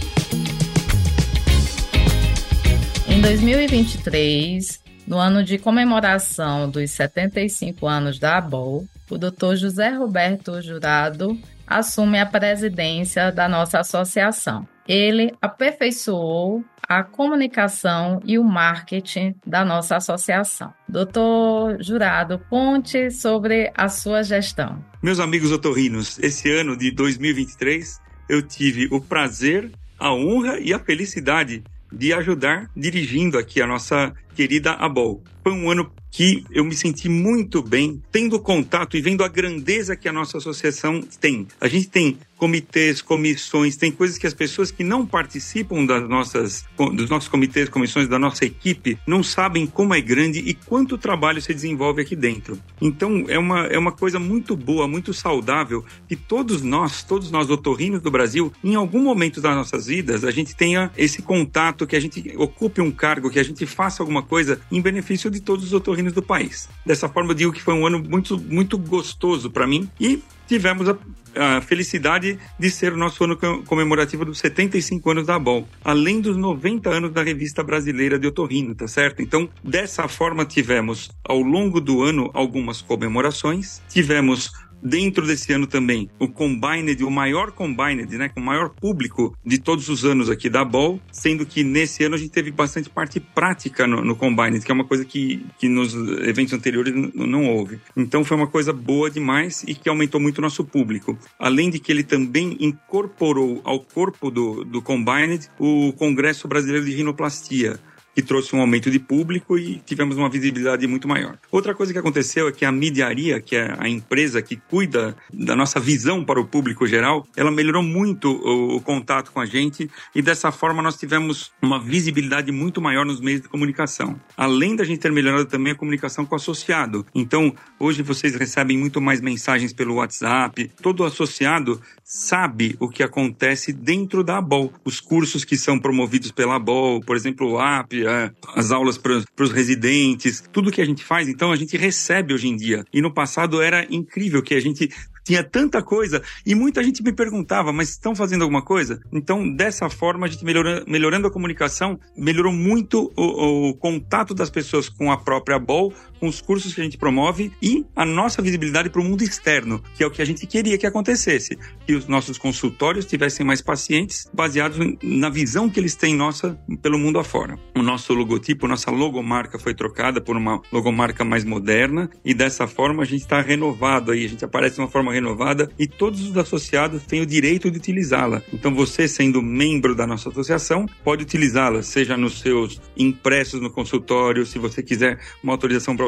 Speaker 2: Em dois mil e vinte e três... no ano de comemoração dos setenta e cinco anos da A B O L, o doutor José Roberto Jurado assume a presidência da nossa associação. Ele aperfeiçoou a comunicação e o marketing da nossa associação. doutor Jurado, conte sobre a sua gestão.
Speaker 6: Meus amigos otorrinos, esse ano de dois mil e vinte e três, eu tive o prazer, a honra e a felicidade de ajudar dirigindo aqui a nossa querida A B O L. Foi um ano que eu me senti muito bem, tendo contato e vendo a grandeza que a nossa associação tem. A gente tem comitês, comissões, tem coisas que as pessoas que não participam das nossas, dos nossos comitês, comissões, da nossa equipe, não sabem como é grande e quanto trabalho se desenvolve aqui dentro. Então, é uma, é uma coisa muito boa, muito saudável, que todos nós, todos nós otorrinos do Brasil, em algum momento das nossas vidas, a gente tenha esse contato, que a gente ocupe um cargo, que a gente faça alguma coisa em benefício de todos os otorrinos do país. Dessa forma, eu digo que foi um ano muito, muito gostoso para mim e tivemos a, a felicidade de ser o nosso ano comemorativo dos setenta e cinco anos da A B O L, além dos noventa anos da Revista Brasileira de Otorrino, tá certo? Então, dessa forma, tivemos ao longo do ano algumas comemorações, tivemos dentro desse ano também o Combined, o maior Combined, né, com o maior público de todos os anos aqui da A B O L, sendo que nesse ano a gente teve bastante parte prática no, no Combined, que é uma coisa que, que nos eventos anteriores n- não houve. Então foi uma coisa boa demais e que aumentou muito o nosso público. Além de que ele também incorporou ao corpo do, do Combined o Congresso Brasileiro de Rinoplastia, que trouxe um aumento de público e tivemos uma visibilidade muito maior. Outra coisa que aconteceu é que a Mediaria, que é a empresa que cuida da nossa visão para o público geral, ela melhorou muito o, o contato com a gente e dessa forma nós tivemos uma visibilidade muito maior nos meios de comunicação. Além da gente ter melhorado também a comunicação com o associado. Então, hoje vocês recebem muito mais mensagens pelo WhatsApp. Todo associado sabe o que acontece dentro da A B O L. Os cursos que são promovidos pela A B O L, por exemplo, o A P, as aulas para os residentes, tudo que a gente faz, então a gente recebe hoje em dia. E no passado era incrível que a gente tinha tanta coisa e muita gente me perguntava, mas estão fazendo alguma coisa? Então, dessa forma, a gente melhorando, melhorando a comunicação, melhorou muito o, o contato das pessoas com a própria A B O L, com os cursos que a gente promove e a nossa visibilidade para o mundo externo, que é o que a gente queria que acontecesse, que os nossos consultórios tivessem mais pacientes baseados na visão que eles têm nossa pelo mundo afora. O nosso logotipo, nossa logomarca foi trocada por uma logomarca mais moderna e dessa forma a gente está renovado aí, a gente aparece de uma forma renovada e todos os associados têm o direito de utilizá-la. Então você, sendo membro da nossa associação, pode utilizá-la, seja nos seus impressos no consultório, se você quiser uma autorização para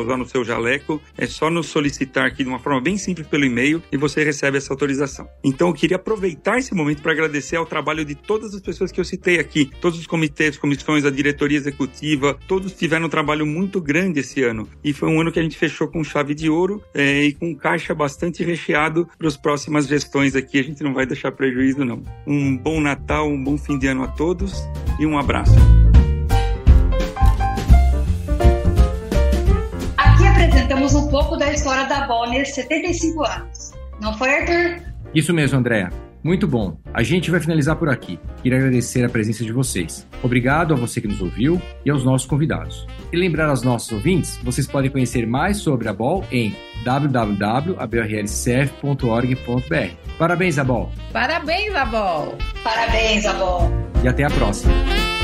Speaker 6: usar no seu jaleco, é só nos solicitar aqui de uma forma bem simples pelo e-mail e você recebe essa autorização. Então eu queria aproveitar esse momento para agradecer ao trabalho de todas as pessoas que eu citei aqui, todos os comitês, comissões, a diretoria executiva, todos tiveram um trabalho muito grande esse ano. E foi um ano que a gente fechou com chave de ouro é, e com caixa bastante recheado para as próximas gestões aqui. A gente não vai deixar prejuízo, não. Um bom Natal, um bom fim de ano a todos e um abraço.
Speaker 3: Aqui apresentamos um pouco da história da A B O nesses setenta e cinco anos. Não foi, Arthur?
Speaker 4: Isso mesmo, Andréa. Muito bom. A gente vai finalizar por aqui. Queria agradecer a presença de vocês. Obrigado a você que nos ouviu e aos nossos convidados. E lembrar aos nossos ouvintes, vocês podem conhecer mais sobre a B O L em w w w ponto a b o r l c f ponto org ponto b r. Parabéns, A B O L!
Speaker 2: Parabéns, A B O L!
Speaker 3: Parabéns, A B O L!
Speaker 4: E até a próxima!